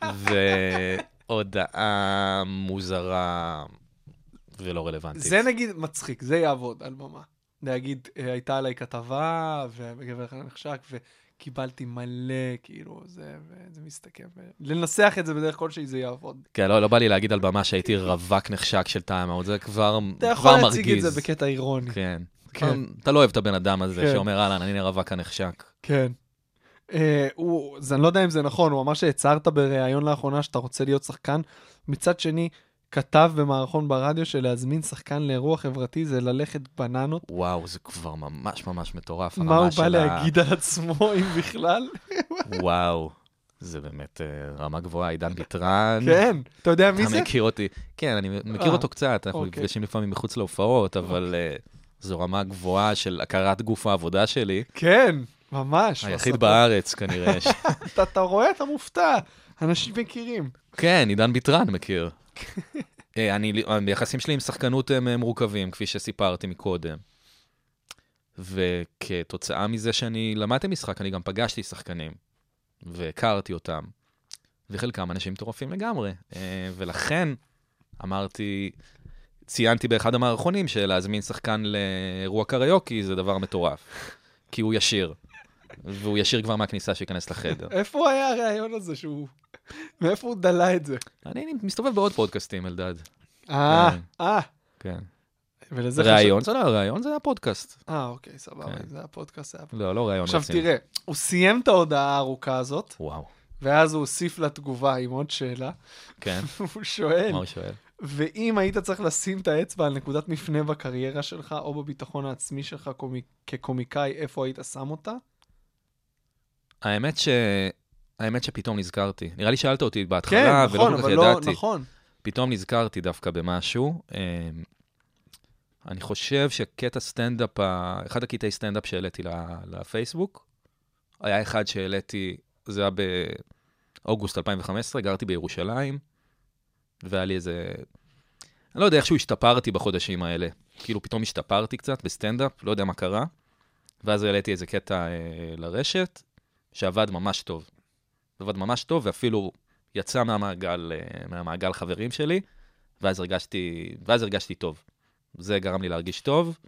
Speaker 6: והודעה מוזרה ולא רלוונטית.
Speaker 4: זה נגיד מצחיק, זה יעבוד על במה. להגיד, הייתה עליי כתבה, וגבר אחד נחשק, וקיבלתי מלא, כאילו, זה מסתכם. לנסח את זה בדרך כלשהי, זה יעבוד.
Speaker 6: כן, לא בא לי להגיד על במה שהייתי רווק נחשק של טעם, זה כבר מרגיז.
Speaker 4: אתה יכול להציג את זה בקטע אירוני.
Speaker 6: כן.
Speaker 4: כן.
Speaker 6: אתה לא אוהב את הבן אדם הזה
Speaker 4: כן.
Speaker 6: שאומר, אהלן, אני רווק הנחשק.
Speaker 4: כן. אני לא יודע אם זה נכון, הוא אמר שהצהרת בריאיון לאחרונה שאתה רוצה להיות שחקן. מצד שני, כתב במערכון ברדיו שלהזמין שחקן לאירוע חברתי זה ללכת בננות.
Speaker 6: וואו, זה כבר ממש ממש מטורף.
Speaker 4: מה הוא בא להגיד על עצמו, אם בכלל?
Speaker 6: וואו, זה באמת רמה גבוהה, עידן ביטרן.
Speaker 4: כן, אתה יודע מי
Speaker 6: אתה
Speaker 4: זה?
Speaker 6: מכיר אותי. כן, אני מכיר אותו קצת, אנחנו
Speaker 4: אוקיי.
Speaker 6: נפגשים לפעמים מחוץ להופעות, אבל זו רמה גבוהה של הכרת גוף העבודה שלי.
Speaker 4: כן, ממש.
Speaker 6: היחיד בארץ כנראה.
Speaker 4: אתה רואה, אתה מופתע. אנשים מכירים.
Speaker 6: כן, עידן ביטרן מכיר. היחסים שלי עם שחקנות הם מורכבים, כפי שסיפרתי מקודם. וכתוצאה מזה שאני למדתי משחק, אני גם פגשתי שחקנים, והכרתי אותם, וחלקם אנשים מטורפים לגמרי. ולכן ציינתי באחד המערכונים שלהזמין שחקן לאירוע קריוקי זה דבר מטורף, כי הוא ישיר, והוא ישיר כבר מהכניסה שיכנס לחדר.
Speaker 4: איפה היה הרעיון הזה שהוא... מאיפה הוא דלה את זה?
Speaker 6: אני מסתובב בעוד פודקאסטים, אלדד. כן.
Speaker 4: ולזה
Speaker 6: ראיון, זה לא ראיון, זה הפודקאסט.
Speaker 4: אוקיי, סבבה,
Speaker 6: כן.
Speaker 4: זה הפודקאסט.
Speaker 6: לא ראיון רציני.
Speaker 4: עכשיו תראה, הוא סיים את ההודעה הארוכה הזאת,
Speaker 6: וואו.
Speaker 4: ואז הוא הוסיף לתגובה עם עוד שאלה.
Speaker 6: כן.
Speaker 4: הוא שואל,
Speaker 6: מה הוא שואל?
Speaker 4: ואם היית צריך לשים את האצבע על נקודת מפנה בקריירה שלך, או בביטחון העצמי שלך כקומיקאי, איפה היית שם אותה?
Speaker 6: האמת שפתאום נזכרתי. נראה לי שאלת אותי
Speaker 4: כן,
Speaker 6: בהתחלה, ולא
Speaker 4: נכון,
Speaker 6: כל כך
Speaker 4: אבל לא,
Speaker 6: ידעתי.
Speaker 4: נכון.
Speaker 6: פתאום נזכרתי דווקא במשהו. אני חושב שקטע סטנדאפ, אחד הקטעי סטנדאפ שהעליתי לפייסבוק, היה אחד שהעליתי, זה היה באוגוסט 2015, גרתי בירושלים, והיה לי איזה... אני לא יודע איכשהו השתפרתי בחודשים האלה. כאילו פתאום השתפרתי קצת בסטנדאפ, לא יודע מה קרה. ואז העליתי איזה קטע לרשת, שעבד ממש טוב. עבד ממש טוב, ואפילו יצא מהמעגל חברים שלי, ואז הרגשתי טוב. זה גרם לי להרגיש טוב,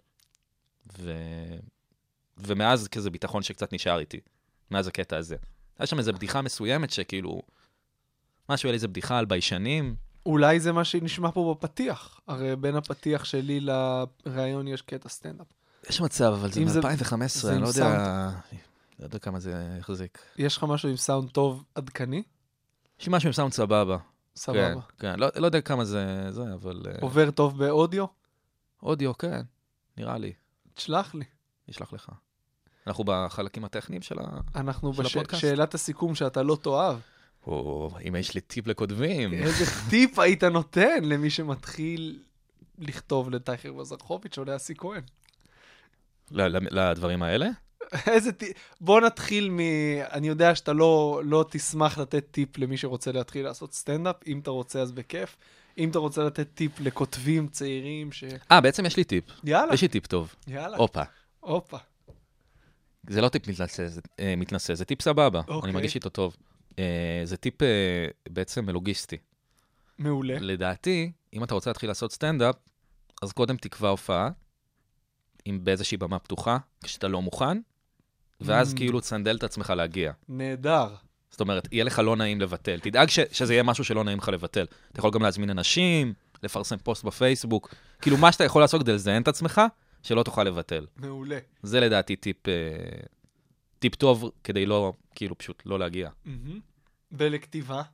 Speaker 6: ומאז כזה ביטחון שקצת נשאר איתי, מאז הקטע הזה. היה שם איזו בדיחה מסוימת שכאילו, משהו היה לי איזה בדיחה על ביישנים.
Speaker 4: אולי זה מה שנשמע פה בפתיח. הרי בין הפתיח שלי לרעיון יש קטע סטנדאפ.
Speaker 6: יש מצב, אבל זה מ-2015, אני לא יודע כמה זה יחזיק.
Speaker 4: יש לך משהו עם סאונד טוב עדכני?
Speaker 6: יש לי משהו עם סאונד סבבה.
Speaker 4: סבבה.
Speaker 6: כן, לא יודע כמה זה, אבל...
Speaker 4: עובר טוב באודיו?
Speaker 6: אודיו, כן, נראה לי.
Speaker 4: תשלח לי.
Speaker 6: נשלח לך. אנחנו בחלקים הטכניים של
Speaker 4: אנחנו
Speaker 6: הפודקאסט.
Speaker 4: בשאלת הסיכום שאתה לא תאהב.
Speaker 6: אם יש לי טיפ לכותבים.
Speaker 4: איזה טיפ היית נותן למי שמתחיל לכתוב לטייכר וזרחוביץ' או לאסי כהן?
Speaker 6: לדברים האלה?
Speaker 4: איזה טיפ? בוא נתחיל אני יודע שאתה לא תשמח לתת טיפ למי שרוצה להתחיל לעשות סטנדאפ. אם אתה רוצה אז בכיף. אם אתה רוצה לתת טיפ לכותבים צעירים
Speaker 6: בעצם יש לי טיפ.
Speaker 4: יאללה.
Speaker 6: יש לי טיפ טוב.
Speaker 4: יאללה.
Speaker 6: הופה. זה לא טיפ מתנשא, זה טיפ סבבה.
Speaker 4: אוקיי.
Speaker 6: אני מרגיש איתו טוב. זה טיפ בעצם לוגיסטי.
Speaker 4: מעולה.
Speaker 6: לדעתי, אם אתה רוצה להתחיל לעשות סטנדאפ, אז קודם תקבע הופעה, באיזושהי במה פתוחה, כשאתה לא מוכן, ואז כאילו תסנדל את עצמך להגיע.
Speaker 4: נהדר.
Speaker 6: זאת אומרת, יהיה לך לא נעים לבטל. תדאג שזה יהיה משהו שלא נעים לך לבטל. אתה יכול גם להזמין אנשים, לפרסם פוסט בפייסבוק. כאילו, מה שאתה יכול לעשות כדי לזיין את עצמך, שלא תוכל לבטל.
Speaker 4: מעולה.
Speaker 6: זה לדעתי טיפ טוב, כדי לא, כאילו, פשוט לא להגיע.
Speaker 4: ולכתיבה?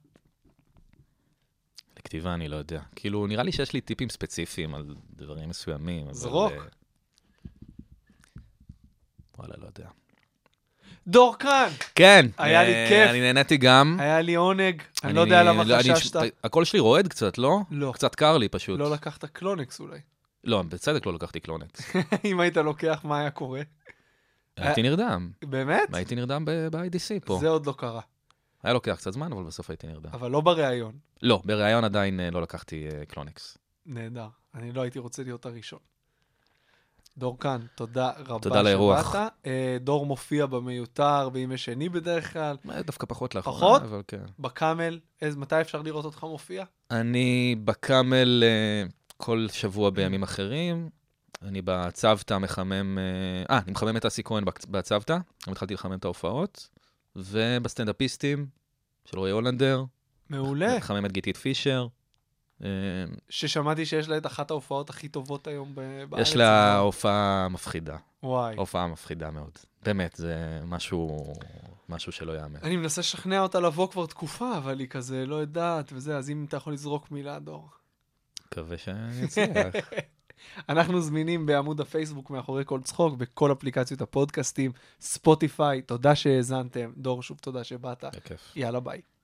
Speaker 6: לכתיבה אני לא יודע. כאילו, נראה לי שיש לי טיפים ספציפיים על דברים מסוימים.
Speaker 4: זרוק.
Speaker 6: וואלה, לא יודע.
Speaker 4: דור כאן.
Speaker 6: כן.
Speaker 4: היה לי כיף.
Speaker 6: אני נהניתי גם.
Speaker 4: היה לי עונג. אני לא יודע למה חששת.
Speaker 6: הקול שלי רועד קצת, לא?
Speaker 4: לא.
Speaker 6: קצת קר לי פשוט.
Speaker 4: לא לקחת קלונקס אולי.
Speaker 6: לא, בצדק לא לקחתי קלונקס.
Speaker 4: אם היית לוקח, מה היה קורה?
Speaker 6: הייתי נרדם.
Speaker 4: באמת?
Speaker 6: הייתי נרדם ב-IDC פה.
Speaker 4: זה עוד לא קרה.
Speaker 6: היה לוקח קצת זמן, אבל בסוף הייתי נרדם.
Speaker 4: אבל לא בראיון.
Speaker 6: לא, בראיון עדיין לא לקחתי קלוניקס.
Speaker 4: נהדר. אני לא הייתי רוצה להיות הראשון. דור כאן, תודה רבה
Speaker 6: תודה לאירוח.
Speaker 4: דור מופיע במיותר בימי שני בדרך כלל.
Speaker 6: דווקא פחות לאחרונה,
Speaker 4: פחות?
Speaker 6: אבל כן.
Speaker 4: בקאמל, מתי אפשר לראות אותך מופיע?
Speaker 6: אני בקאמל כל שבוע בימים אחרים. אני בצוותא מחמם... אני מחמם את אסי כהן בצוותא. אני התחלתי לחמם את ההופעות. ובסטנדאפיסטים של רועי הולנדר.
Speaker 4: מעולה.
Speaker 6: מחמם את גיטית פישר.
Speaker 4: ששמעתי שיש לה את אחת ההופעות הכי טובות היום בארץ.
Speaker 6: יש לה הופעה מפחידה.
Speaker 4: וואי.
Speaker 6: הופעה מפחידה מאוד. באמת, זה משהו שלא יאמן.
Speaker 4: אני מנסה לשכנע אותה לבוא כבר תקופה, אבל היא כזה לא יודעת וזה, אז אם אתה יכול לזרוק מילה, דור.
Speaker 6: מקווה שאני אצליח.
Speaker 4: אנחנו זמינים בעמוד הפייסבוק מאחורי כל צחוק, בכל אפליקציות הפודקאסטים, ספוטיפיי, תודה שהאזנתם. דור, שוב תודה שבאת.
Speaker 6: בכיף.
Speaker 4: יאללה ביי.